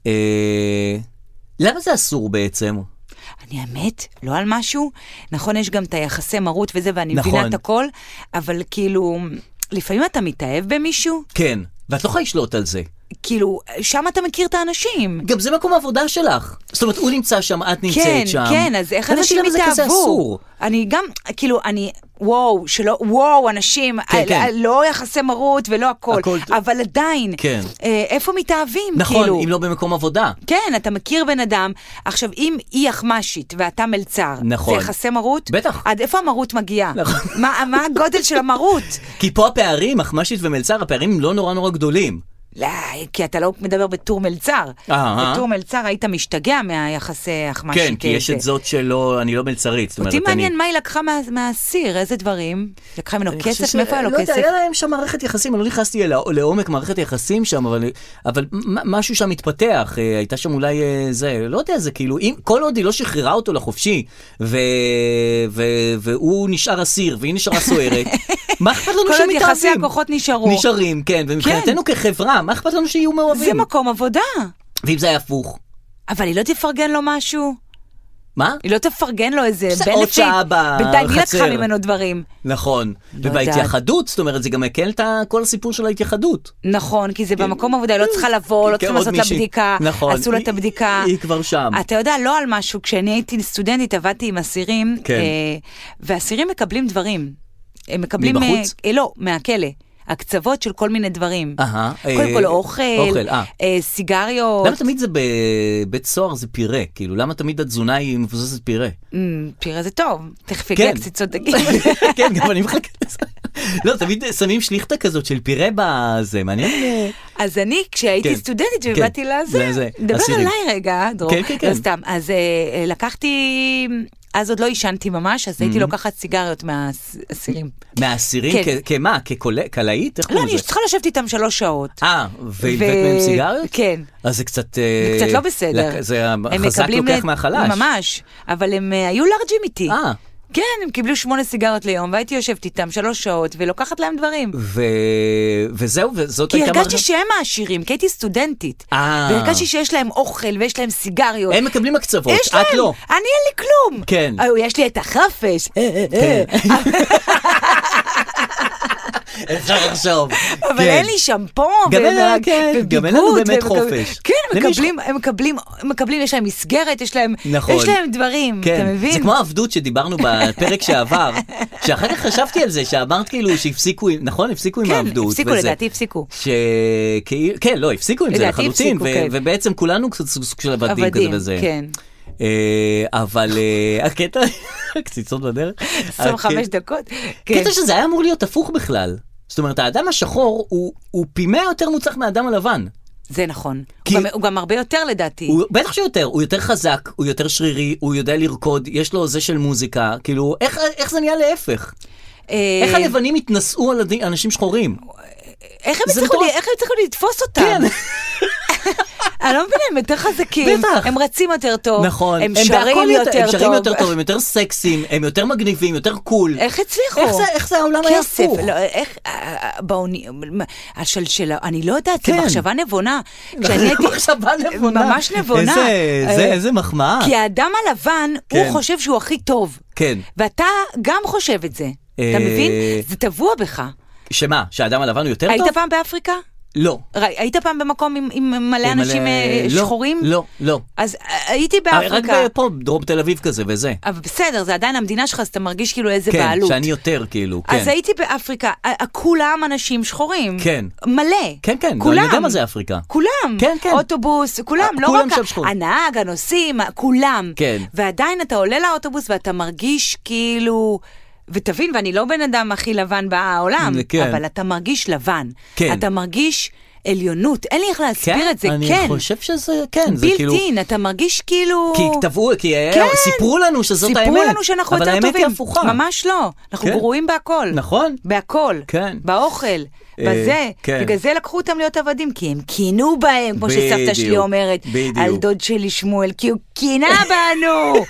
אה, למה זה אסור בעצם? אני האמת, לא על משהו. נכון, יש גם את היחסי מרות וזה, ואני נכון. מבינה את הכל, אבל כאילו, לפעמים אתה מתאהב במישהו, כן. ואת לא יכולה לשלוט על זה. כאילו, שם אתה מכיר את האנשים. גם זה מקום העבודה שלך. זאת אומרת, הוא נמצא שם, את נמצאת כן, שם. כן, אז איך לא אנשים הבנתי למה זה כזה התאהבו? אסור. אני גם, כאילו, אני, וואו, שלא, וואו, אנשים, כן, כן. לא יחסי מרות ולא הכל, הכל- אבל עדיין, כן. אה, איפה מתאהבים, נכון, כאילו? אם לא במקום עבודה. כן, אתה מכיר בן אדם, עכשיו, אם היא יחמשית ואתה מלצר, נכון. זה יחסי מרות? בטח. עד איפה המרות מגיעה? נכון. מה, מה הגודל של המרות? כי פה הפערים, אחמשית ומלצר, הפערים לא נורא נורא גדולים. לא, כי אתה לא מדבר בתור מלצר. אה. בתור מלצר היית משתגע מהיחסי אחמשית. כן, כי יש את זאת שלא, אני לא מלצרית. זאת אומרת, אותי אני- מעניין מה היא לקחה מה- מהאסיר, איזה דברים? לקחה ממנו אני חושב כסף? ש- מאיפה היה לו לא יודע, כסף? היה להם שם מערכת יחסים, אני לא נכנסתי אל- לעומק מערכת יחסים שם, אבל, אבל מ- משהו שם מתפתח, אה, הייתה שם אולי אה, זה, לא יודע, זה כאילו, אם, כל עוד היא לא שחררה אותו לחופשי, ו, ו, והוא נשאר אסיר, והיא נשארה סוערת, מה אכפת לנו כל שהם עוד מתאהבים? יחסי הכוחות נשארו. נשארים, כן, ומבחינתנו כחברה, מה אכפת לנו שיהיו מאוהבים? זה מקום עבודה. ואם זה היה הפוך? אבל היא לא תפרגן לו משהו? מה? היא לא תפרגן לו איזה זה בנפיט? עוד שעה בחצר. בינתיים היא לקחה ממנו דברים. נכון, לא ובהתייחדות, זאת אומרת, זה גם מקל את ה- כל הסיפור של ההתייחדות. נכון, כי זה במקום עבודה, היא לא צריכה לבוא, לא כן, צריכים עוד לעשות לה מישהי. בדיקה, נכון. עשו לה את היא- הבדיקה. היא כבר שם. אתה יודע, לא על משהו, כשאני הייתי סטודנטית, עבדתי עם אסירים, כן. אה, ואסירים מקבלים דברים. הם מקבלים... מבחוץ? אה, לא, מהכלא. הקצוות של כל מיני דברים. אהה, קודם אה, כל אוכל, אוכל, אה. אה, סיגריות. למה תמיד זה בבית סוהר זה פירה? כאילו, למה תמיד התזונה היא מבוססת פירה? אמ, פירה זה טוב, תכף כן. יגיע קציצות דגים. כן, גם אני מחכה לזה. לא, תמיד שמים שליחתה כזאת של פירה בזה, מעניין. אה, אז אני, כשהייתי כן. סטודנטית כן. ובאתי לזה, זה, זה, דבר אסירים. עליי רגע, דרור. כן, כן, כן. לא סתם, אז אה, לקחתי אז עוד לא עישנתי ממש, אז הייתי לוקחת סיגריות מהאסירים. מהאסירים? כמה? כקלעית? לא, אני צריכה לשבת איתם שלוש שעות. אה, והלבאת מהם סיגריות? כן. אז זה קצת... זה קצת לא בסדר. זה החזק לוקח מהחלש. ממש, אבל הם היו לארג'ים איתי. אה. כן, הם קיבלו שמונה סיגרות ליום, והייתי יושבת איתם שלוש שעות, ולוקחת להם דברים. ו... וזהו, וזאת כי הייתה... כי הרגשתי שהם העשירים, כי הייתי סטודנטית. אה. והרגשתי שיש להם אוכל, ויש להם סיגריות. הם מקבלים הקצוות, את להם. לא. אני אין לי כלום. כן. יש לי את החפש. כן. אפשר לחשוב. אבל אין לי שמפו וביגוד. גם אין לנו באמת חופש. כן, הם מקבלים, יש להם מסגרת, יש להם דברים, אתה מבין? זה כמו העבדות שדיברנו בפרק שעבר, שאחר כך חשבתי על זה, שאמרת כאילו שהפסיקו, נכון? הפסיקו עם העבדות. כן, הפסיקו, לדעתי הפסיקו. כן, לא, הפסיקו עם זה לחלוטין, ובעצם כולנו קצת סוג של עבדים כזה וזה. כן. אבל הקטע, קציצות בדרך. עשרים וחמש דקות. קטע שזה היה אמור להיות הפוך בכלל. זאת אומרת, האדם השחור הוא פי מאה יותר מוצלח מהאדם הלבן. זה נכון. הוא גם הרבה יותר לדעתי. בטח שיותר, הוא יותר חזק, הוא יותר שרירי, הוא יודע לרקוד, יש לו זה של מוזיקה, כאילו, איך זה נהיה להפך? איך הלבנים התנסו על אנשים שחורים? איך הם הצליחו לתפוס אותם? כן. אני לא מבינה, הם יותר חזקים, בטח. הם רצים יותר טוב, נכון. הם שרים יותר טוב. הם שרים יותר טוב, הם יותר סקסיים, הם יותר מגניבים, יותר קול. איך הצליחו? איך זה, איך זה העולם היה הפוך? כסף, לא, איך, בעוני, השלשלה, אני לא יודעת, זה מחשבה נבונה. כשאני הייתי, מחשבה נבונה. ממש נבונה. איזה, איזה מחמאה. כי האדם הלבן, הוא חושב שהוא הכי טוב. כן. ואתה גם חושב את זה. אתה מבין? זה טבוע בך. שמה? שהאדם הלבן הוא יותר טוב? היית פעם באפריקה? לא. היית פעם במקום עם, עם מלא אנשים לא, שחורים? לא, לא. אז הייתי באפריקה. רק פה, דרום תל אביב כזה וזה. אבל בסדר, זה עדיין המדינה שלך, אז אתה מרגיש כאילו איזה כן, בעלות. כן, שאני יותר כאילו, כן. אז הייתי באפריקה, כולם אנשים שחורים. כן. מלא. כן, כן, כולם. אני יודע מה זה אפריקה. כולם. כן, כן. אוטובוס, כולם, לא כולם רק שם שחורים. הנהג, הנוסעים, כולם. כן. ועדיין אתה עולה לאוטובוס ואתה מרגיש כאילו... ותבין, ואני לא בן אדם הכי לבן בעולם, כן. אבל אתה מרגיש לבן. כן. אתה מרגיש עליונות. אין לי איך להסביר כן? את זה, אני כן. אני חושב שזה, כן. זה כאילו... בלתין, אתה מרגיש כאילו... כי כתבו, כי כן. סיפרו לנו שזאת סיפרו האמת. סיפרו לנו שאנחנו יותר טובים. אבל האמת היא הפוכה. ממש לא. אנחנו כן. גרועים בהכל. נכון. בהכל. כן. באוכל. בזה. כן. בגלל זה לקחו אותם להיות עבדים, כי הם קינו בהם, כמו בדיוק, שסבתא שלי אומרת. בדיוק. על דוד שלי שמואל, כי הוא קינה בנו.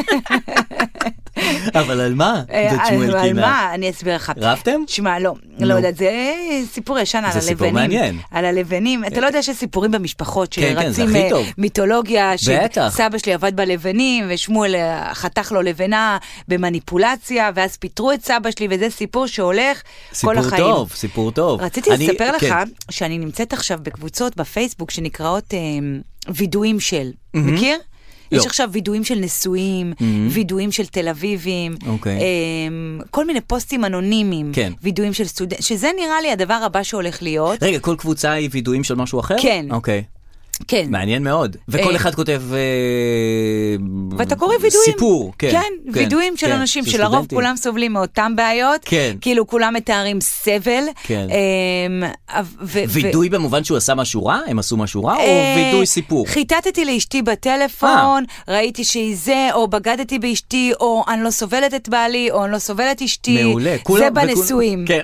אבל על מה? דוד שמואל קינה. על מה? אני אסביר לך. רבתם? שמע, לא. לא יודעת, זה סיפור ישן על הלבנים. זה סיפור מעניין. על הלבנים. אתה לא יודע שיש סיפורים במשפחות שרצים מיתולוגיה, שסבא שלי עבד בלבנים, ושמואל חתך לו לבנה במניפולציה, ואז פיתרו את סבא שלי, וזה סיפור שהולך כל החיים. סיפור טוב, סיפור טוב. רציתי לספר לך שאני נמצאת עכשיו בקבוצות בפייסבוק שנקראות וידואים של. מכיר? יש עכשיו וידועים של נשואים, וידועים של תל אביבים, כל מיני פוסטים אנונימיים, וידועים של סטודנט, שזה נראה לי הדבר הבא שהולך להיות. רגע, כל קבוצה היא וידועים של משהו אחר? כן. אוקיי. כן. מעניין מאוד. וכל אחד כותב ואתה קורא וידועים. סיפור, כן. כן, וידועים של אנשים שלרוב כולם סובלים מאותם בעיות. כן. כאילו כולם מתארים סבל. כן. וידוי במובן שהוא עשה משהו רע? הם עשו משהו רע? או וידוי סיפור? חיטטתי לאשתי בטלפון, ראיתי שהיא זה, או בגדתי באשתי, או אני לא סובלת את בעלי, או אני לא סובלת אשתי. מעולה. זה בנשואים. כן.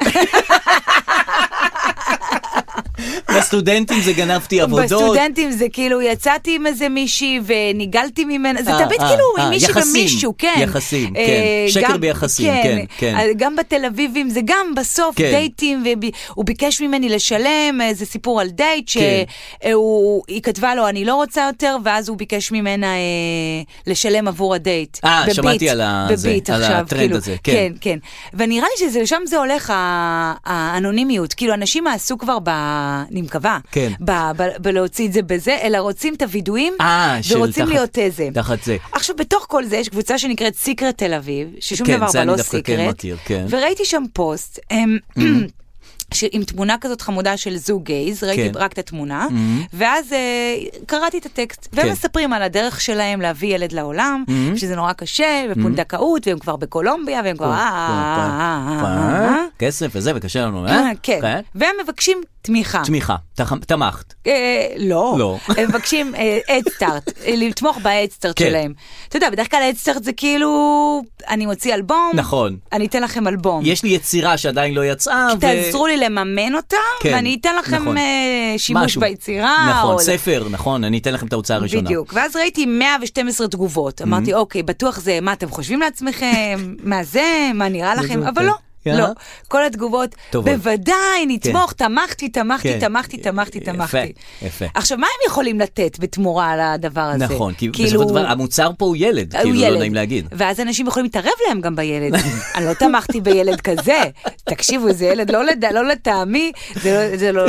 בסטודנטים זה גנבתי עבודות. בסטודנטים זה כאילו יצאתי עם איזה מישהי וניגלתי ממנה, זה תמיד כאילו עם מישהי ומישהו, כן. יחסים, כן. שקר ביחסים, כן, כן. גם בתל אביבים זה גם בסוף דייטים, והוא ביקש ממני לשלם, זה סיפור על דייט, שהיא כתבה לו אני לא רוצה יותר, ואז הוא ביקש ממנה לשלם עבור הדייט. אה, שמעתי על הטרנד הזה, כן. כן, כן. ונראה לי ששם זה הולך האנונימיות, כאילו אנשים עשו כבר ב... אני מקווה, כן. ב- ב- בלהוציא את זה בזה, אלא רוצים את הוידואים, ורוצים להיות איזה. תחת זה. עכשיו, בתוך כל זה יש קבוצה שנקראת סיקרט תל אביב, ששום דבר בה לא סיקרט, כן. וראיתי שם פוסט, עם תמונה כזאת חמודה של זוג גייז, ראיתי רק את התמונה, ואז קראתי את הטקסט, והם מספרים על הדרך שלהם להביא ילד לעולם, שזה נורא קשה, בפונדקאות, והם כבר בקולומביה, והם כבר... כסף וזה, וקשה לנו, כן, והם מבקשים תמיכה. תמיכה, תמכת. לא. לא. הם מבקשים אדסטארט, לתמוך באדסטארט שלהם. אתה יודע, בדרך כלל אדסטארט זה כאילו, אני מוציא אלבום, נכון. אני אתן לכם אלבום. יש לי יצירה שעדיין לא יצאה. תעזרו לי לממן אותה, ואני אתן לכם שימוש ביצירה. נכון, ספר, נכון, אני אתן לכם את ההוצאה הראשונה. בדיוק, ואז ראיתי מאה ושתים עשרה תגובות. אמרתי, אוקיי, בטוח זה, מה אתם חושבים לעצמכם? מה זה? מה נראה לכם? אבל לא. לא, כל התגובות, בוודאי, נתמוך, תמכתי, תמכתי, תמכתי, תמכתי, תמכתי. יפה. עכשיו, מה הם יכולים לתת בתמורה על הדבר הזה? נכון, כי בסופו של דבר, המוצר פה הוא ילד, כאילו לא נעים להגיד. ואז אנשים יכולים להתערב להם גם בילד. אני לא תמכתי בילד כזה. תקשיבו, זה ילד לא לטעמי, זה לא...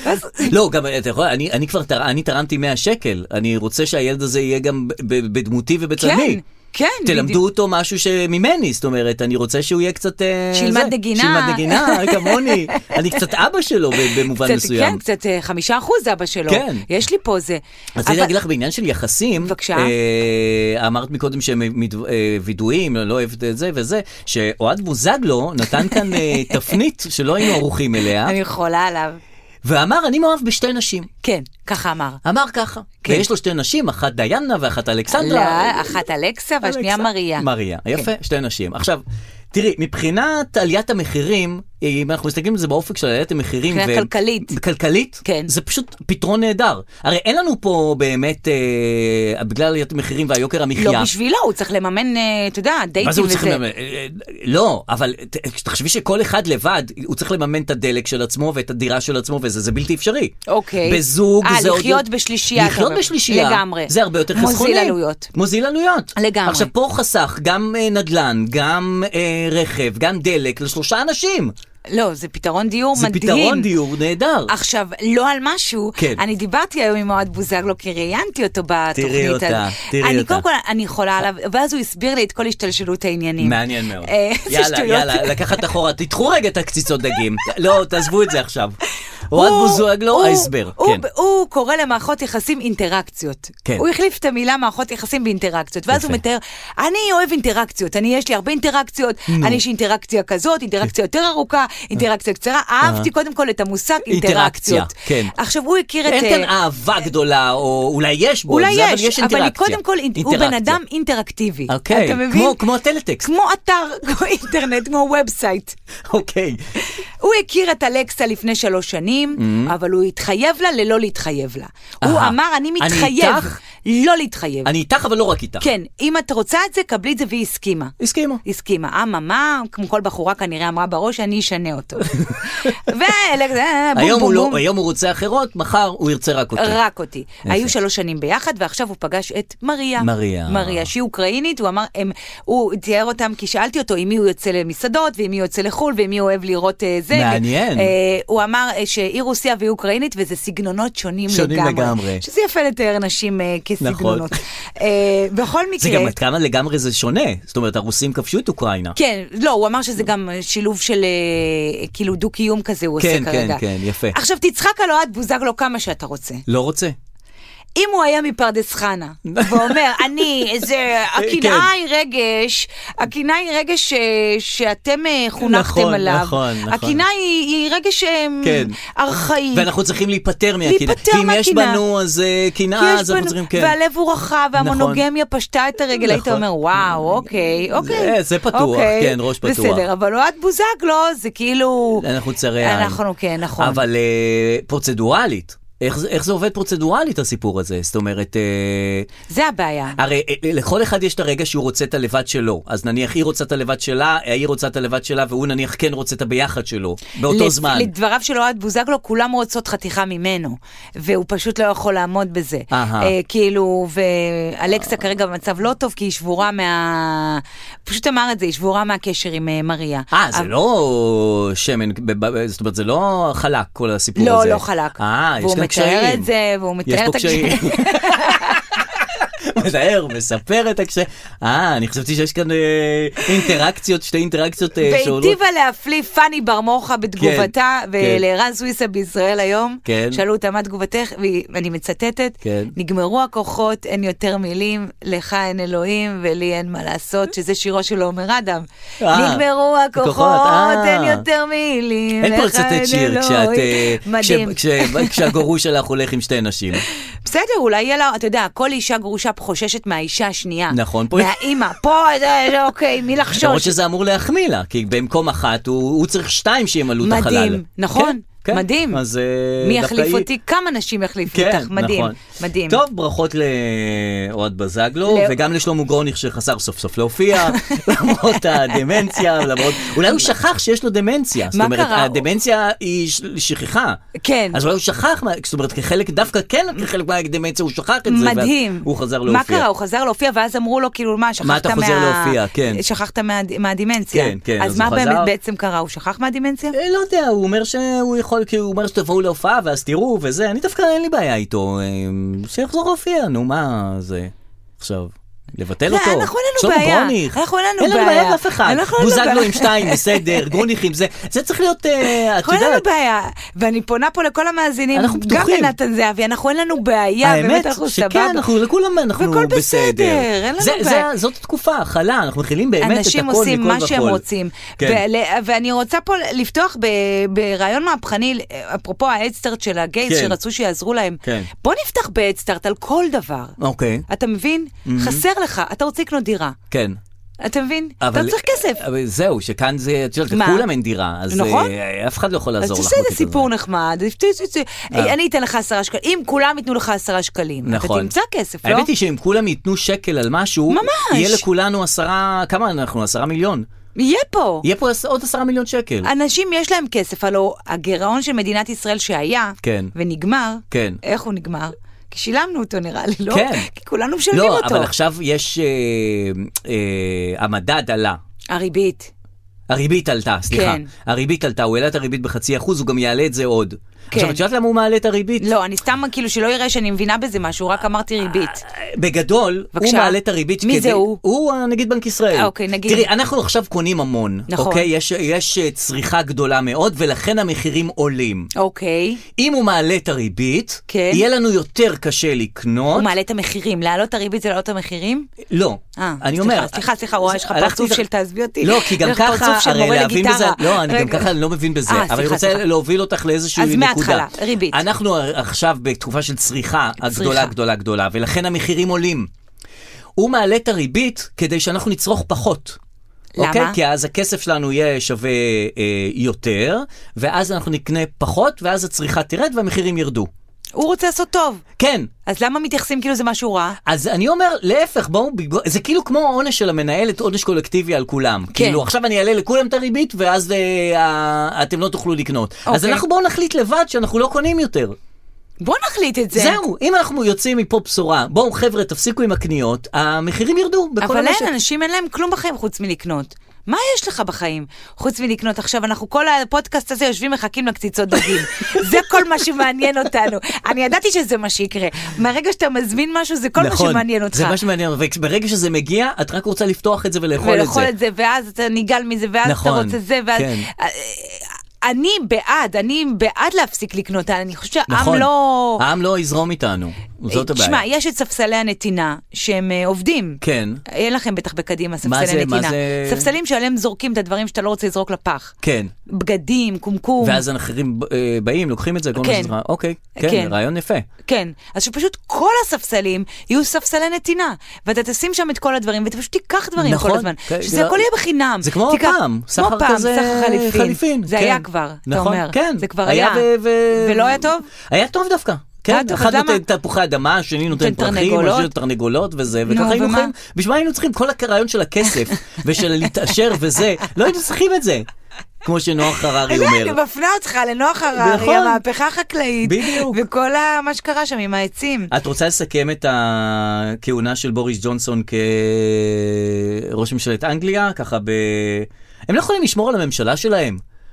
לא, גם, אתה יכול, אני כבר, אני תרמתי מאה שקל, אני רוצה שהילד הזה יהיה גם בדמותי ובצלמי. כן, תלמדו בדיוק. אותו משהו שממני, זאת אומרת, אני רוצה שהוא יהיה קצת... שילמד נגינה. שילמד נגינה, כמוני. אני קצת אבא שלו במובן קצת, מסוים. כן, קצת חמישה אחוז אבא שלו. כן. יש לי פה זה. רציתי להגיד לך בעניין של יחסים, בבקשה. אה, אמרת מקודם שהם אה, וידועים, לא אוהבת את זה וזה, שאוהד בוזגלו נתן כאן אה, תפנית שלא היינו ערוכים אליה. אני יכולה עליו. ואמר, אני מאוהב בשתי נשים. כן, ככה אמר. אמר ככה. כן. ויש לו שתי נשים, אחת דיינה ואחת אלכסנדרה. לא, אחת אלכסה והשנייה מריה. מריה, יפה, כן. שתי נשים. עכשיו, תראי, מבחינת עליית המחירים, אם אנחנו מסתכלים על זה באופק של עליית המחירים... מבחינה כלכלית. כלכלית? כן. זה פשוט פתרון נהדר. הרי אין לנו פה באמת, אה, בגלל עליית המחירים והיוקר המחיה... לא בשבילו, הוא צריך לממן, אה, אתה יודע, דייטים וזה. מה זה הוא צריך לממן? אה, לא, אבל ת, תחשבי שכל אחד לבד, הוא צריך לממן את הדלק של עצמו ואת הדירה של עצמו, וזה זה בלתי אפשרי. אוקיי. בזוג 아, זה עוד... לחיות בשלישייה. לחיות בשלישייה. לגמרי. זה הרבה יותר חסכוני. מוזיל עלויות. מוזיל עלויות. לגמרי. עכשיו פה חסך גם אה, נדלן, גם אה, רכב, גם דלק לשלושה אנשים. לא, זה פתרון דיור זה מדהים. זה פתרון דיור נהדר. עכשיו, לא על משהו, כן. אני דיברתי היום עם אוהד בוזגלו, כי ראיינתי אותו בתוכנית. תראי אותה, תראי אני אותה. קודם כל, אני יכולה עליו, ואז הוא הסביר לי את כל השתלשלות העניינים. מעניין מאוד. אה, יאללה, יאללה, לקחת אחורה, תתחו רגע את הקציצות דגים. לא, תעזבו את זה עכשיו. אוהד בוזגלו, ההסבר. הוא, הוא קורא למערכות יחסים אינטראקציות. כן. הוא החליף את המילה מערכות יחסים באינטראקציות, ואז יפה. הוא מתאר, אני אוהב אינטראקציות, אני יש לי הרבה אינטראקציות, אני יש אינטראקציה כזאת, אינטראקציה יותר ארוכה, אינטראקציה קצרה, אהבתי קודם כל את המושג אינטראקציות. כן. עכשיו הוא הכיר את... אין כאן אהבה גדולה, או אולי יש בו, אולי זה, אבל יש, יש אבל אינטראקציה. קודם כל הוא בן אדם אינטראקטיבי. אוקיי, אתה מבין? כמו, כמו הטלטקסט. כמו אתר, כמו אינטרנט, כמו ובסייט. אוקיי. הוא הכיר את אלכסה לפני שלוש שנים, אבל הוא התחייב לה ללא להתחייב לה. הוא אמר, אני מתחייב לא להתחייב. אני איתך, אבל לא רק איתך. כן, אם את רוצה את זה, קבלי את זה, והיא הסכימה. הסכימה. הסכימה. אממה, כמו כל בחורה כנראה אמרה בראש, אני אשנה אותו. היום הוא רוצה אחרות, מחר הוא ירצה רק אותי. רק אותי. היו שלוש שנים ביחד, ועכשיו הוא פגש את מריה. מריה. מריה, שהיא אוקראינית, הוא אמר, הוא תיאר אותם, כי שאלתי אותו, עם מי הוא יוצא למסעדות, ועם מי הוא יוצא לחול, ועם מי הוא אוהב לראות זה. מעניין. הוא אמר שהיא רוסיה והיא אוקראינית, וזה סגנונות שונים לגמרי. שונים לגמרי. שזה יפה לתאר נשים כסגנונות. בכל מקרה... זה גם כמה לגמרי זה שונה. זאת אומרת, הרוסים כבשו את אוקראינה. כן, לא, הוא אמר שזה גם שילוב של כאילו דו-קיום כזה הוא עושה כרגע. כן, כן, יפה. עכשיו תצחק על אוהד בוזגלו כמה שאתה רוצה. לא רוצה. אם הוא היה מפרדס חנה, ואומר, אני, זה, הקנאה היא רגש, הקנאה היא רגש שאתם חונכתם עליו. נכון, נכון. הקנאה היא רגש ארכאי. ואנחנו צריכים להיפטר מהקנאה. כי אם יש בנו, אז קנאה, אז אנחנו צריכים, כן. והלב הוא רחב, והמונוגמיה פשטה את הרגל, היית אומר, וואו, אוקיי, אוקיי. זה פתוח, כן, ראש פתוח. בסדר, אבל אוהד בוזגלו, זה כאילו... אנחנו צרי עין. אנחנו, כן, נכון. אבל פרוצדואלית. איך, איך זה עובד פרוצדואלית הסיפור הזה? זאת אומרת... זה הבעיה. הרי לכל אחד יש את הרגע שהוא רוצה את הלבד שלו. אז נניח היא רוצה את הלבד שלה, היא רוצה את הלבד שלה, והוא נניח כן רוצה את הביחד שלו, באותו זמן. לדבריו של אוהד בוזגלו, כולם רוצות חתיכה ממנו, והוא פשוט לא יכול לעמוד בזה. אה, כאילו, ואלכסה כרגע במצב לא טוב, כי היא שבורה מה... פשוט אמר את זה, היא שבורה מהקשר עם מריה. אה, זה לא שמן, זאת אומרת, זה לא חלק כל הסיפור הזה. לא, לא חלק. אה, יש כאן מתאר את זה, והוא מתאר את הקשיים. מתאר, מספר את הקשה. אה, אני חשבתי שיש כאן אינטראקציות, שתי אינטראקציות שעולות. והיטיבה להפליא פני ברמוחה בתגובתה, ולערן סוויסה בישראל היום, שאלו אותה מה תגובתך, ואני מצטטת, נגמרו הכוחות, אין יותר מילים, לך אין אלוהים, ולי אין מה לעשות, שזה שירו של עומר אדם. נגמרו הכוחות, אין יותר מילים, אין פה לצטט שיר, כשהגרוש שלך הולך עם שתי נשים. בסדר, אולי יהיה לה, אתה יודע, כל אישה גרושה חוששת מהאישה השנייה. נכון. מהאימא, פה, אוקיי, מי לחשוש? למרות שזה אמור להחמיא לה, כי במקום אחת הוא צריך שתיים שימלאו את החלל. מדהים, נכון. כן, מדהים. אז, מי יחליף היא... אותי? כמה נשים יחליפו כן, אותך? מדהים, נכון. מדהים. טוב, ברכות לאוהד בזגלו, לא... וגם לשלמה גרוניך שחסר סוף סוף להופיע, למרות הדמנציה, למרות... אולי הוא שכח שיש לו דמנציה. מה אומרת, קרה? הדמנציה היא שכחה. כן. אז אולי הוא שכח, זאת אומרת, כחלק, דווקא כן, כחלק מהדמנציה, הוא שכח את זה. מדהים. הוא חזר להופיע. מה קרה? הוא חזר להופיע, ואז אמרו לו, כאילו, מה, שכחת מה אתה חוזר מה... להופיע? כן. שכחת מה... מהדמנציה. כן, כן. אז, אז מה באמת בעצם קרה? הוא שכח מהדמנציה? לא יודע, הוא אומר שהוא יכול, כי הוא אומר שתבואו להופעה ואז תראו וזה, אני דווקא אין לי בעיה איתו, שיחזור להופיע, נו מה זה עכשיו, לבטל אותו. אנחנו אין לנו בעיה, אנחנו אין לנו בעיה. אין לנו בעיה באף אחד, בוזגלו עם שתיים, בסדר, גרוניך עם זה, זה צריך להיות, את יודעת. אנחנו אין לנו בעיה, ואני פונה פה לכל המאזינים, גם לנתן זהבי, אנחנו אין לנו בעיה, באמת אנחנו סבבה. שכן, אנחנו לכולם, אנחנו בסדר. וכל בסדר, אין לנו בעיה. זאת תקופה, החלה, אנחנו מכילים באמת את הכל, אנשים עושים מה שהם רוצים. ואני רוצה פה לפתוח ברעיון מהפכני, אפרופו האדסטארט של הגייז, שרצו שיעזרו להם. בוא נפתח באדסטארט על כל דבר. אתה מבין? חסר לך, אתה רוצה לקנות דירה. כן. אתה מבין? אתה צריך כסף. אבל זהו, שכאן זה, לכולם אין דירה, אז אף אחד לא יכול לעזור לך. אז תעשה איזה סיפור נחמד, אני אתן לך עשרה שקלים, אם כולם ייתנו לך עשרה שקלים, אתה תמצא כסף, לא? האמת היא שאם כולם ייתנו שקל על משהו, יהיה לכולנו עשרה, כמה אנחנו? עשרה מיליון. יהיה פה. יהיה פה עוד עשרה מיליון שקל. אנשים יש להם כסף, הלוא הגירעון של מדינת ישראל שהיה, ונגמר, איך הוא נגמר? כי שילמנו אותו נראה לי, לא? כן. כי כולנו משלמים לא, אותו. אבל עכשיו יש, אה, אה, המדד עלה. הריבית. הריבית עלתה, סליחה. כן. הריבית עלתה, הוא העלה את הריבית בחצי אחוז, הוא גם יעלה את זה עוד. כן. עכשיו, את יודעת למה הוא מעלה את הריבית? לא, אני סתם כאילו שלא יראה שאני מבינה בזה משהו, רק אמרתי ריבית. בגדול, בבקשה. הוא מעלה את הריבית. מי כדי... זה הוא? הוא נגיד בנק ישראל. אוקיי, נגיד. תראי, אנחנו עכשיו קונים המון. נכון. אוקיי? יש, יש צריכה גדולה מאוד, ולכן המחירים עולים. אוקיי. אם הוא מעלה את הריבית, כן. יהיה לנו יותר קשה לקנות. הוא מעלה את המחירים. להעלות את הריבית זה להעלות את המחירים? לא. אה, אני סליחה, אומר... סליחה, סליחה, רואה, יש לך פרצוף של תעזבי אותי. לא, כי גם ככה, הרי להבין בזה... לא, אני גם ככה לא מבין בזה. אבל אני רוצה להוביל אותך לאיזושהי נקודה. אז מההתחלה, ריבית. אנחנו עכשיו בתקופה של צריכה הגדולה גדולה גדולה, ולכן המחירים עולים. הוא מעלה את הריבית כדי שאנחנו נצרוך פחות. למה? אוקיי? כי אז הכסף שלנו יהיה שווה אה, יותר, ואז אנחנו נקנה פחות, ואז הצריכה תרד והמחירים ירדו. הוא רוצה לעשות טוב. כן. אז למה מתייחסים כאילו זה משהו רע? אז אני אומר, להפך, בואו, זה כאילו כמו העונש של המנהלת, עונש קולקטיבי על כולם. כן. כאילו, עכשיו אני אעלה לכולם את הריבית, ואז אה, אתם לא תוכלו לקנות. אוקיי. אז אנחנו בואו נחליט לבד שאנחנו לא קונים יותר. בוא נחליט את זה. זהו, אם אנחנו יוצאים מפה בשורה, בואו חבר'ה, תפסיקו עם הקניות, המחירים ירדו בכל אבל המשק. אין, אנשים אין להם כלום בחיים חוץ מלקנות. מה יש לך בחיים חוץ מלקנות? עכשיו אנחנו כל הפודקאסט הזה יושבים מחכים לקציצות דגים. זה כל מה שמעניין אותנו. אני ידעתי שזה מה שיקרה. מהרגע שאתה מזמין משהו זה כל נכון, מה שמעניין אותך. זה מה שמעניין, וברגע שזה מגיע, את רק רוצה לפתוח את זה ולאכול את זה. ולאכול את זה, ואז אתה ניגל מזה, ואז נכון, אתה רוצה זה, ואז... כן. אני בעד, אני בעד להפסיק לקנות, אני חושבת שהעם נכון. לא... העם לא יזרום איתנו, זאת הבעיה. תשמע, יש את ספסלי הנתינה, שהם uh, עובדים. כן. אין לכם בטח בקדימה ספסלי מה זה, נתינה. מה זה... ספסלים שעליהם זורקים את הדברים שאתה לא רוצה לזרוק לפח. כן. בגדים, קומקום. ואז האחרים באים, לוקחים את זה, כן. שזה... אוקיי, כן, כן, רעיון יפה. כן, אז שפשוט כל הספסלים יהיו ספסלי נתינה, ואתה תשים שם את כל הדברים, ואתה פשוט תיקח דברים נכון, כל הזמן. כן, שזה הכל יהיה בחינם. זה כמו תיקח, פעם, כמו סחר פעם, כזה סחר חליפין. חליפין. זה כן. היה כבר, נכון, אתה אומר. כן. זה כבר היה. היה. ו... ולא היה טוב? היה טוב דווקא. כן, אחד נותן תפוחי אדמה, השני נותן פרחים, השני תרנגולות וזה, וככה היינו חיים. בשביל היינו צריכים כל הרעיון של הכסף, ושל להתעשר וזה, לא היינו צריכים את זה. כמו שנוח הררי אומר. אני מפנה אותך לנוח הררי, המהפכה החקלאית, וכל מה שקרה שם עם העצים. את רוצה לסכם את הכהונה של בוריס ג'ונסון כראש ממשלת אנגליה? ככה ב... הם לא יכולים לשמור על הממשלה שלהם.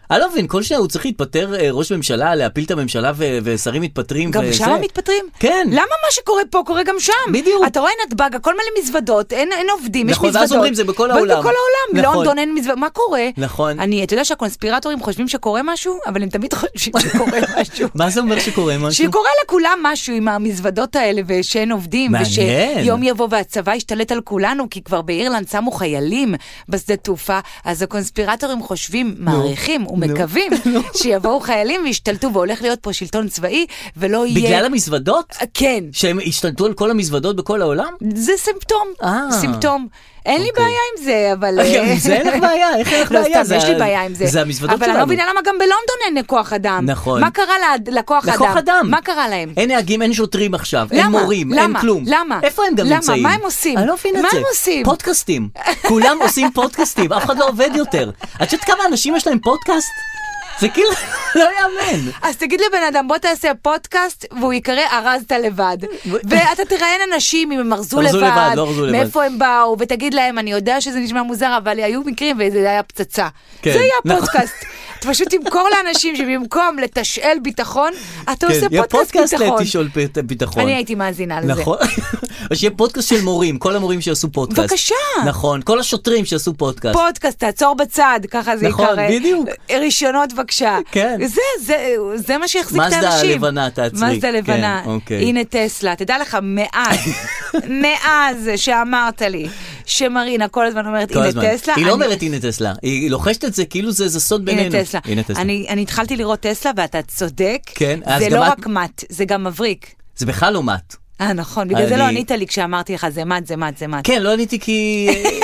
אני לא מבין, כל שנייה הוא צריך להתפטר ראש ממשלה, להפיל את הממשלה ושרים מתפטרים. גם שם מתפטרים? כן. למה מה שקורה פה קורה גם שם? בדיוק. אתה רואה נתב"ג, הכל מלא מזוודות, אין עובדים, יש מזוודות. נכון, ואז אומרים זה בכל העולם. בכל העולם, לונדון אין מזוודות, מה קורה? נכון. אני, אתה יודע שהקונספירטורים חושבים שקורה משהו, אבל הם תמיד חושבים שקורה משהו. מה זה אומר שקורה משהו? שקורה לכולם משהו עם המזוודות האלה ושאין עובדים, ושיום יבוא והצבא ישתלט על כולנו, כי כבר באירלנד שמו חיילים בשדה תעופה, אז הקונספירטורים חושבים, מעריכים ומקווים שיבואו חיילים וישתלטו, והולך להיות פה שלטון צבאי, ולא יהיה... בגלל המזוודות? כן. שהם השתלטו על כל המזוודות בכל העולם? זה סימפטום, סימפטום. אין לי בעיה עם זה, אבל... זה אין לך בעיה, איך אין לך בעיה? לא, סתם, יש לי בעיה עם זה. זה המזוודות שלנו. אבל אני לא מבינה למה גם בלונדון אין כוח אדם. נכון. מה קרה לכוח אדם? לכוח אדם. מה קרה להם? אין נהגים, אין שוטרים עכשיו, אין מורים, אין כלום. למה? איפה הם גם נמצאים? למה? מה הם עושים? אני לא מבין את זה. מה הם עושים? פודקאסטים. כולם עושים פודקאסטים, אף אחד לא עובד יותר. את יודעת כמה אנשים יש להם פודקאסט? זה כאילו לא יאמן. אז תגיד לבן אדם, בוא תעשה פודקאסט, והוא יקרא ארזת לבד. ואתה תראיין אנשים אם הם ארזו לבד, מאיפה הם באו, ותגיד להם, אני יודע שזה נשמע מוזר, אבל היו מקרים וזה היה פצצה. זה היה פודקאסט. אתה פשוט תמכור לאנשים שבמקום לתשאל ביטחון, אתה עושה פודקאסט ביטחון. לתשאול ביטחון. אני הייתי מאזינה לזה. נכון. או שיהיה פודקאסט של מורים, כל המורים שעשו פודקאסט. בבקשה. נכון, כל השוטרים שעשו פודקאסט. פודקאסט, תעצור בצד, ככה זה יקרא. נכון, בדיוק. רישיונות בבקשה. כן. זה, זה, זה מה שהחזיק את האנשים. מזדה לבנה, תעצרי. מזדה לבנה. כן, אוקיי. הנה טסלה. תדע לך, מאז, מאז שאמרת לי, שמרינה כל הזמן אומרת, הנה טסלה. היא לא אומרת הנה טסלה, היא לוחשת את זה כאילו זה סוד בינינו. הנה טסלה. הנה טסלה. אני, אני התחלתי לראות טסלה, ואתה צודק. כן. זה לא רק מת, זה גם מבריק. זה בכלל לא מת. אה, נכון. בגלל זה לא ענית לי כשאמרתי לך, זה מת, זה מת, זה מת. כן, לא עניתי כי...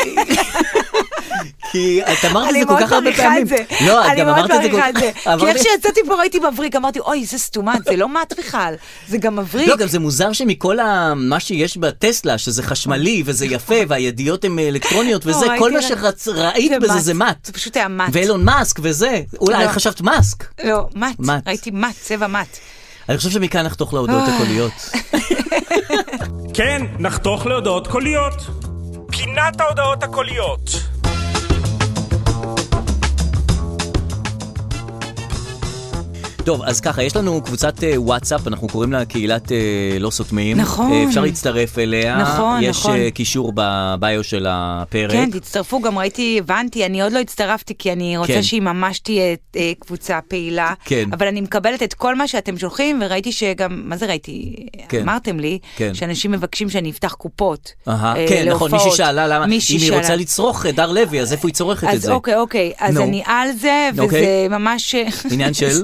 כי את אמרת את זה כל כך הרבה פעמים. לא, את גם אמרת את זה כל כך... כי איך שיצאתי פה ראיתי מבריק, אמרתי, אוי, זה סתומת, זה לא מת בכלל, זה גם מבריק. לא, גם זה מוזר שמכל מה שיש בטסלה, שזה חשמלי וזה יפה, והידיעות הן אלקטרוניות וזה, כל מה שראית בזה זה מת. זה פשוט היה מת. ואילון מאסק וזה, אולי חשבת מאסק. לא, מת, ראיתי מת, צבע מת. אני חושב שמכאן נחתוך להודעות הקוליות. כן, נחתוך להודעות קוליות. פינת ההודעות הקוליות. טוב, אז ככה, יש לנו קבוצת וואטסאפ, אנחנו קוראים לה קהילת לא סותמים. נכון. אפשר להצטרף אליה. נכון, יש נכון. יש קישור בביו של הפרק. כן, תצטרפו, גם ראיתי, הבנתי, אני עוד לא הצטרפתי, כי אני רוצה כן. שהיא ממש תהיה אה, קבוצה פעילה. כן. אבל אני מקבלת את כל מה שאתם שולחים, וראיתי שגם, מה זה ראיתי? כן. אמרתם לי, כן. שאנשים מבקשים שאני אפתח קופות. אה, אה, כן, נכון, מישהי שאלה למה, אם היא שאלה. רוצה לצרוך דר לוי, אז איפה היא צורכת אז את זה? אוקיי, אוקיי, אז נו. אני על זה, וזה אוקיי. ממש... עניין של?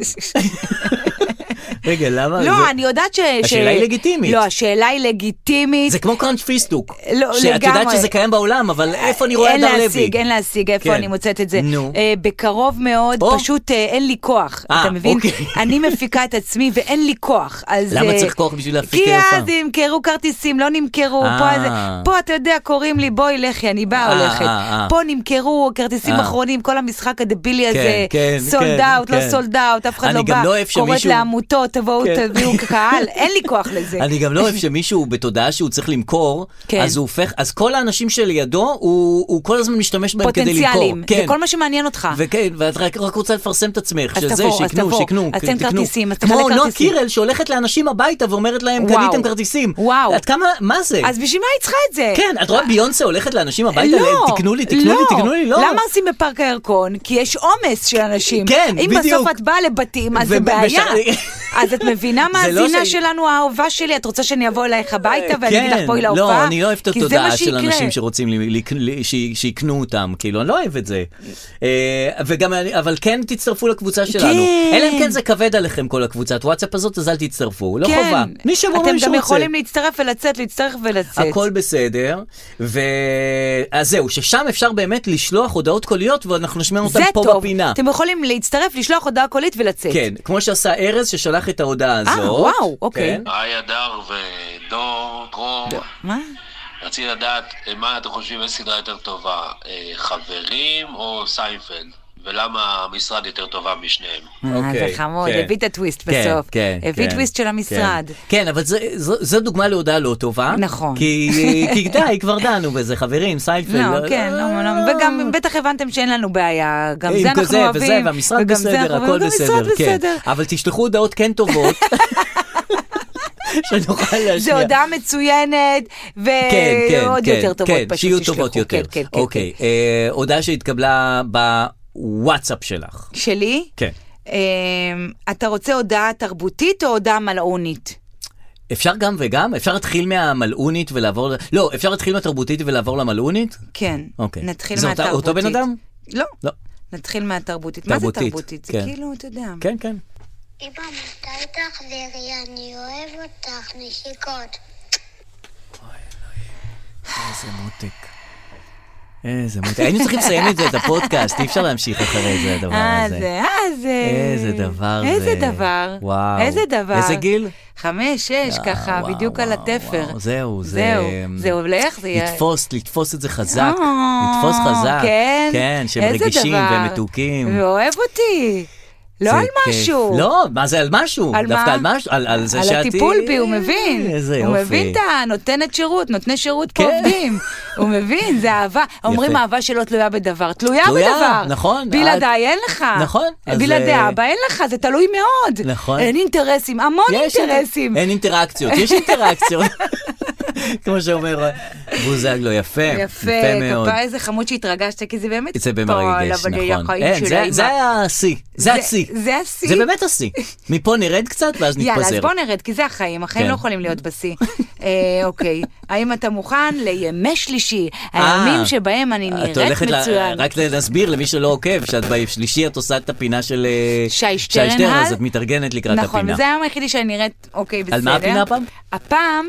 רגע, למה? לא, זה... אני יודעת ש... השאלה היא לגיטימית. לא, השאלה היא לגיטימית. זה כמו קראנץ' פיסטוק. לא, לגמרי. שאת יודעת שזה קיים בעולם, אבל איפה אני רואה דר לוי? אין להשיג, אין להשיג, איפה כן. אני מוצאת את זה. נו. אה, בקרוב מאוד, או. פשוט אה, אין לי כוח. אה, אתה מבין? אוקיי. אני מפיקה את עצמי ואין לי כוח. אז, למה אה, צריך כוח בשביל להפיק כי יפה? אז ימכרו כרטיסים, לא נמכרו. אה. פה, זה, פה אתה יודע, קוראים לי, בואי לכי, אני באה אה, הולכת. אה, אה. פה נמכרו כרטיסים אה. אחרונים, כל המשחק הדבילי הזה, כן, סולד כן, אאוט, כן. לא סולד אאוט, אף אחד אני לא גם בא. לא אוהב קוראת שמישהו- לעמותות, תבואו, כן. תביאו קהל, אין לי כוח לזה. אני גם לא אוהב שמישהו בתודעה שהוא צריך למכור, כן. אז הוא הופך, אז כל האנשים שלידו, הוא, הוא כל הזמן משתמש בהם כדי למכור. פוטנציאלים, כן. זה כל מה שמעניין אותך. וכן, ואת רק, רק רוצה לפרסם את עצמך, אז שזה, תבוא, אז שיקנו, תבוא. שיקנו, אז תן תקנו. כרטיסים, אז תחלק כמו נועה כרטיסים. קירל שהולכת לאנשים הביתה ואומרת להם, וואו. קניתם כרטיסים. וואו. עד כמה, מה זה? אז בשביל מה היא צריכה את זה? כן, את רואה ביונסה הולכת לאנשים הביתה, לא, תקנו לי, תקנו לא. לי, תקנו לי, לא. למה עושים בפארק הירקון? כי יש עומס של אנשים. כן, אם בדיוק. בסוף את באה לבתים, אז זה וב- בעיה. בשע- אז את מבינה מה זה לא הזינה ש- שלנו, האהובה שלי? את רוצה שאני אבוא אלייך הביתה ואני אגיד לך בואי להופעה? לא, אני לא אוהב את כי זה התודעה מה של שיקרה. אנשים שרוצים לי- לי- לי- ש- שיקנו אותם, כאילו, אני לא אוהב את זה. אה, וגם, אני- אבל כן תצטרפו לקבוצה שלנו. כן. אלא אם כן זה כבד עליכם כל הקבוצת וואטסאפ הזאת, אז אל תצטרפו, לא כן. חובה. מי שאומר אתם מי גם שרוצה. יכולים להצטרף ולצאת, להצטרף ולצאת. הכל בסדר, ו... אז זהו, ששם אפשר באמת לשלוח הודעות קוליות, ואנחנו נשמע אותם זה פה טוב. בפינה. אתם יכולים להצטרף, לשלוח הודעה קולית ולצאת. כן, כמו שעשה ארז ששלח את ההודעה הזאת. אה, וואו, אוקיי. כן. היי אדר ודור, דרום. מה? רציתי לדעת מה אתם חושבים איזה סדרה יותר טובה, אה, חברים או סיינפלד? ולמה המשרד יותר טובה משניהם. אה, זה חמוד, הביא את הטוויסט בסוף. הביא טוויסט של המשרד. כן, אבל זו דוגמה להודעה לא טובה. נכון. כי די, כבר דנו בזה, חברים, סיינפלד. לא, כן, וגם בטח הבנתם שאין לנו בעיה. גם זה אנחנו אוהבים. וזה, והמשרד בסדר, הכל בסדר. אבל תשלחו הודעות כן טובות. שנוכל להשמיע. זו הודעה מצוינת, ועוד יותר טובות פשוט שיהיו טובות יותר. אוקיי, הודעה שהתקבלה בוואטסאפ שלך. שלי? כן. אתה רוצה הודעה תרבותית או הודעה מלאונית? אפשר גם וגם? אפשר להתחיל מהמלאונית ולעבור... לא, אפשר להתחיל מהתרבותית ולעבור למלאונית? כן, נתחיל מהתרבותית. זה אותו בן אדם? לא. נתחיל מהתרבותית. מה זה תרבותית? זה כאילו, אתה יודע. כן, כן. אמא, מתי תחזרי? אני אוהב אותך, נשיקות. איזה מותק. איזה מותק. היינו צריכים לסיים את זה, את הפודקאסט, אי אפשר להמשיך אחרי זה, הדבר הזה. אה, זה, איזה דבר זה. איזה דבר. וואו. איזה דבר. איזה גיל? חמש, שש, ככה, בדיוק על התפר. זהו, זהו. זה הולך, זה יהיה... לתפוס, לתפוס את זה חזק. לתפוס חזק. כן. כן, שהם רגישים ומתוקים. ואוהב אותי. לא על משהו. לא, מה זה על משהו? על דווקא על משהו, על זה שעתי... על הטיפול בי, הוא מבין. איזה יופי. הוא מבין את הנותנת שירות, נותני שירות פה עובדים. הוא מבין, זה אהבה. אומרים אהבה שלא תלויה בדבר. תלויה בדבר. נכון. בלעדיי אין לך. נכון. בלעדי אבא אין לך, זה תלוי מאוד. נכון. אין אינטרסים, המון אינטרסים. אין אינטראקציות, יש אינטראקציות. כמו שאומר בוזגלו, יפה. יפה, כפה איזה חמוד שהתרגשת, כי זה באמת... זה במרגש, נכון. זה היה השיא, זה השיא. זה השיא. זה באמת השיא. מפה נרד קצת ואז נתפזר. יאללה, אז בוא נרד, כי זה החיים, החיים לא יכולים להיות בשיא. אוקיי, האם אתה מוכן לימי שלישי, הימים שבהם אני נראית מצוין. רק להסביר למי שלא עוקב, שאת בשלישי את עושה את הפינה של שי שטרן, אז את מתארגנת לקראת הפינה. נכון, וזה היום היחידי שאני נראית, אוקיי, בסדר. על מה הפינה הפעם? הפעם...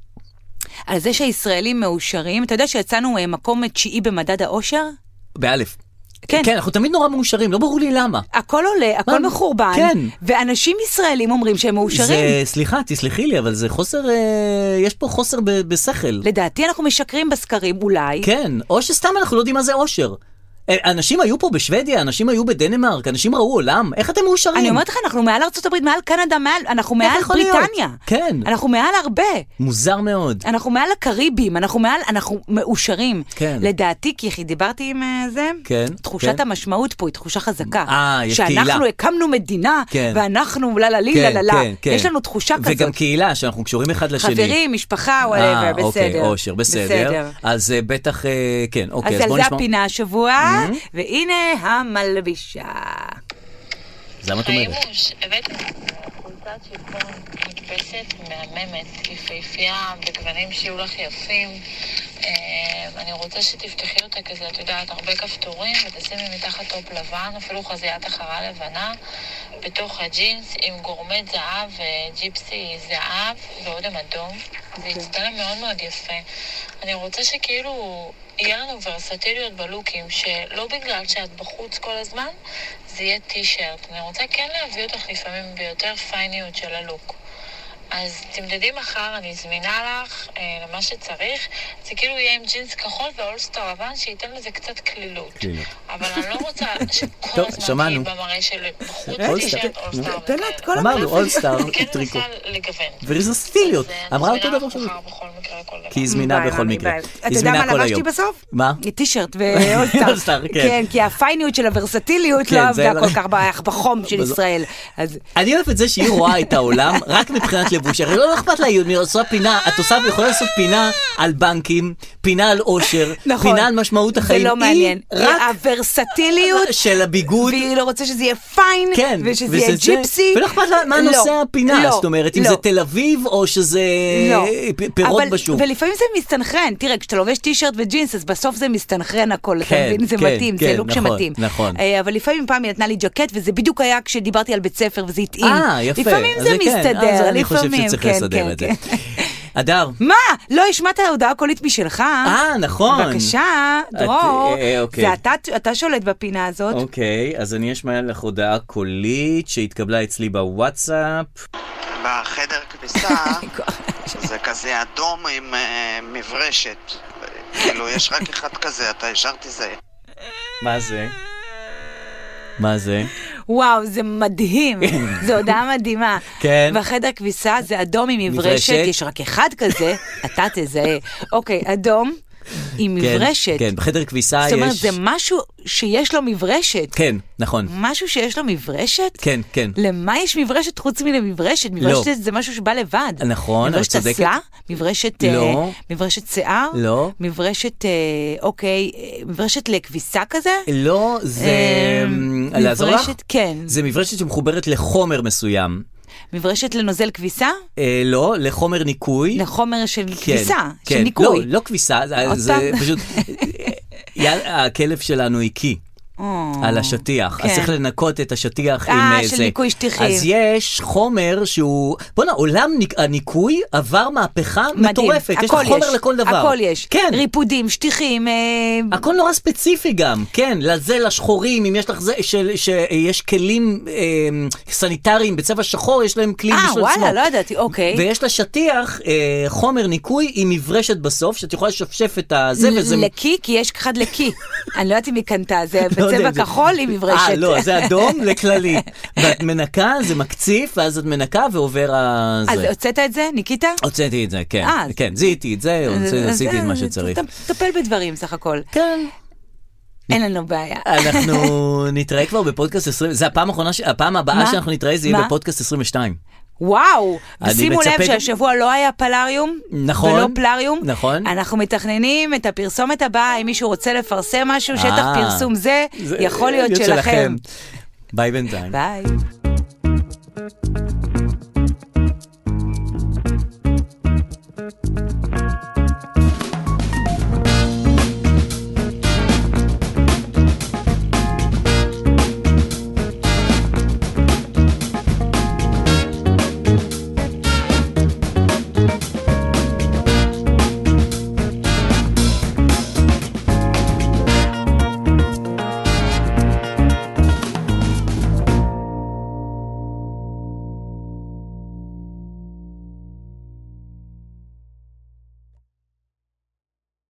על זה שהישראלים מאושרים, אתה יודע שיצאנו מקום תשיעי במדד האושר? באלף. כן. כן, אנחנו תמיד נורא מאושרים, לא ברור לי למה. הכל עולה, הכל מה? מחורבן, כן. ואנשים ישראלים אומרים שהם מאושרים. זה, סליחה, תסלחי לי, אבל זה חוסר, אה, יש פה חוסר ב- בשכל. לדעתי אנחנו משקרים בסקרים, אולי. כן, או שסתם אנחנו לא יודעים מה זה אושר. אנשים היו פה בשוודיה, אנשים היו בדנמרק, אנשים ראו עולם, איך אתם מאושרים? אני אומרת לך, אנחנו מעל ארצות הברית, מעל קנדה, מעל, אנחנו מעל בריטניה. כן. אנחנו מעל הרבה. מוזר מאוד. אנחנו מעל הקריבים, אנחנו מעל, אנחנו מאושרים. כן. לדעתי, כי דיברתי עם זה, כן. תחושת המשמעות פה היא תחושה חזקה. אה, יש קהילה. שאנחנו הקמנו מדינה, כן. ואנחנו לה לה לי לה לה לה. יש לנו תחושה כזאת. וגם קהילה, שאנחנו קשורים אחד לשני. חברים, משפחה, whatever, בסדר. אוקיי, אושר, בסדר. אז בטח, כן, אוקיי. אז על זה הפינה השבוע, והנה המלבישה. זה מה את אומרת? חיימוש, הבאתי חולצת שיפון מדפסת, מהממת, יפהפייה, בגוונים שיהיו לך יפים. אני רוצה שתפתחי אותה כזה, את יודעת, הרבה כפתורים, ותשימי מתחת טופ לבן, אפילו חזיית אחרה לבנה, בתוך הג'ינס עם גורמט זהב וג'יפסי זהב ואודם אדום. זה יצטלם מאוד מאוד יפה. אני רוצה שכאילו יהיה לנו ורסטיליות בלוקים, שלא בגלל שאת בחוץ כל הזמן, זה יהיה טי-שירט. אני רוצה כן להביא אותך לפעמים ביותר פייניות של הלוק. אז תמדדי מחר, אני זמינה לך אה, למה שצריך. זה כאילו יהיה עם ג'ינס כחול ואולסטר לבן, שייתן לזה קצת כלילות. אבל אני לא רוצה שכל הזמן תהי במראה של בחוץ טישרט אולסטר וכאלה. אמרנו אולסטר, כן טריקו. רוצה לגוון. ורזסטיליות. אמרה אותו דבר שלו. כי היא זמינה בכל מקרה. היא זמינה כל היום. אתה יודע מה לבשתי בסוף? מה? טישרט ואולסטר. כן, כי הפייניות של הוורסטיליות לא עבדה כל כך בחום של ישראל. אני אוהב את זה שהיא רואה את העולם רק מבחינת לבוש. הרי לא אכפת לה, היא עושה פינה, את עושה ויכולה לעשות פינה על בנקים, פינה על אושר, פינה על משמעות החיים. זה לא מעניין. הוורסטיליות של הביגוד. והיא לא רוצה שזה יהיה פיין, ושזה יהיה ג'יפסי. ולא אכפת לה מה נושא הפינה, זאת אומרת, אם זה תל אביב או שזה פירות בשוק. ולפעמים זה מסתנכרן. תראה, כשאתה לובש טישרט וג'ינס, אז בסוף זה מסתנכרן הכל. אתה מבין, זה מתאים, זה לוק שמתאים. אבל לפעמים פעם היא נתנה לי ג'קט, וזה בדיוק היה כשדיברתי על בית ספר, וזה התאים. לפעמים זה מסתדר, לפעמים. שצריך לסדר את זה. אדר. מה? לא השמעת הודעה קולית משלך? אה, נכון. בבקשה, דרור. זה אתה שולט בפינה הזאת. אוקיי, אז אני אשמע לך הודעה קולית שהתקבלה אצלי בוואטסאפ. בחדר כביסה זה כזה אדום עם מברשת. כאילו, יש רק אחד כזה, אתה ישר תזהה. מה זה? מה זה? וואו, זה מדהים. זו הודעה מדהימה. כן. בחדר כביסה זה אדום עם מברשת, מברשת. יש רק אחד כזה, אתה תזהה. אוקיי, אדום עם כן, מברשת. כן, בחדר כביסה יש... זאת אומרת, זה משהו שיש לו מברשת. כן, נכון. משהו שיש לו מברשת? כן, כן. למה יש מברשת חוץ מלמברשת? מברשת זה משהו שבא לבד. נכון, את מברשת צודקת. אסלה? מברשת... לא. אה, מברשת שיער? לא. מברשת, אה, אוקיי, אה, מברשת לכביסה כזה? לא, זה... אה, לעזור לך? מברשת, כן. זה מברשת שמחוברת לחומר מסוים. מברשת לנוזל כביסה? אה, לא, לחומר ניקוי. לחומר של כן, כביסה, כן. של ניקוי. לא, לא כביסה, זה, עוד זה פעם. פשוט... הכלב שלנו הקיא. על השטיח, אז כן. צריך לנקות את השטיח עם אה, זה. של ניקוי שטיחים. אז יש חומר שהוא, בוא נה, עולם ניק- הניקוי עבר מהפכה מדהים. מטורפת, יש הכל לך חומר לכל דבר. הכל יש. כן. ריפודים, שטיחים. אה, הכל נורא ספציפי גם, כן, לזה, לשחורים, אם יש לך זה, של, שיש כלים אה, סניטריים בצבע שחור, יש להם כלים אה, בשביל וואלה, עצמו. לא ידעתי, אוקיי. ויש לשטיח אה, חומר ניקוי עם מברשת בסוף, שאת יכולה לשפשף את הזה, וזה... לקי, כי יש אחד לקי. אני לא יודעת אם היא קנתה, זה לא יודע בצבע אם זה- כחול עם מברשת. אה, לא, זה אדום לכללי. ואת מנקה, זה מקציף, ואז את מנקה ועובר אז הזה. הוצאת את זה, ניקיטה? הוצאתי את זה, כן. אה, כן, זיהיתי את זה, אז- עשיתי את אז- מה שצריך. ת- טפל בדברים סך הכל. כן. אין לנו בעיה. אנחנו נתראה כבר בפודקאסט עשרים, זה הפעם האחרונה, ש- הפעם הבאה מה? שאנחנו נתראה זה יהיה מה? בפודקאסט עשרים ושתיים. וואו, אני ושימו לב מצפה- שהשבוע לא היה פלריום, נכון, ולא פלריום. נכון. אנחנו מתכננים את הפרסומת הבאה, אם מישהו רוצה לפרסם משהו, שטח אה, פרסום זה, זה יכול להיות להיות שלכם. ביי בינתיים. ביי.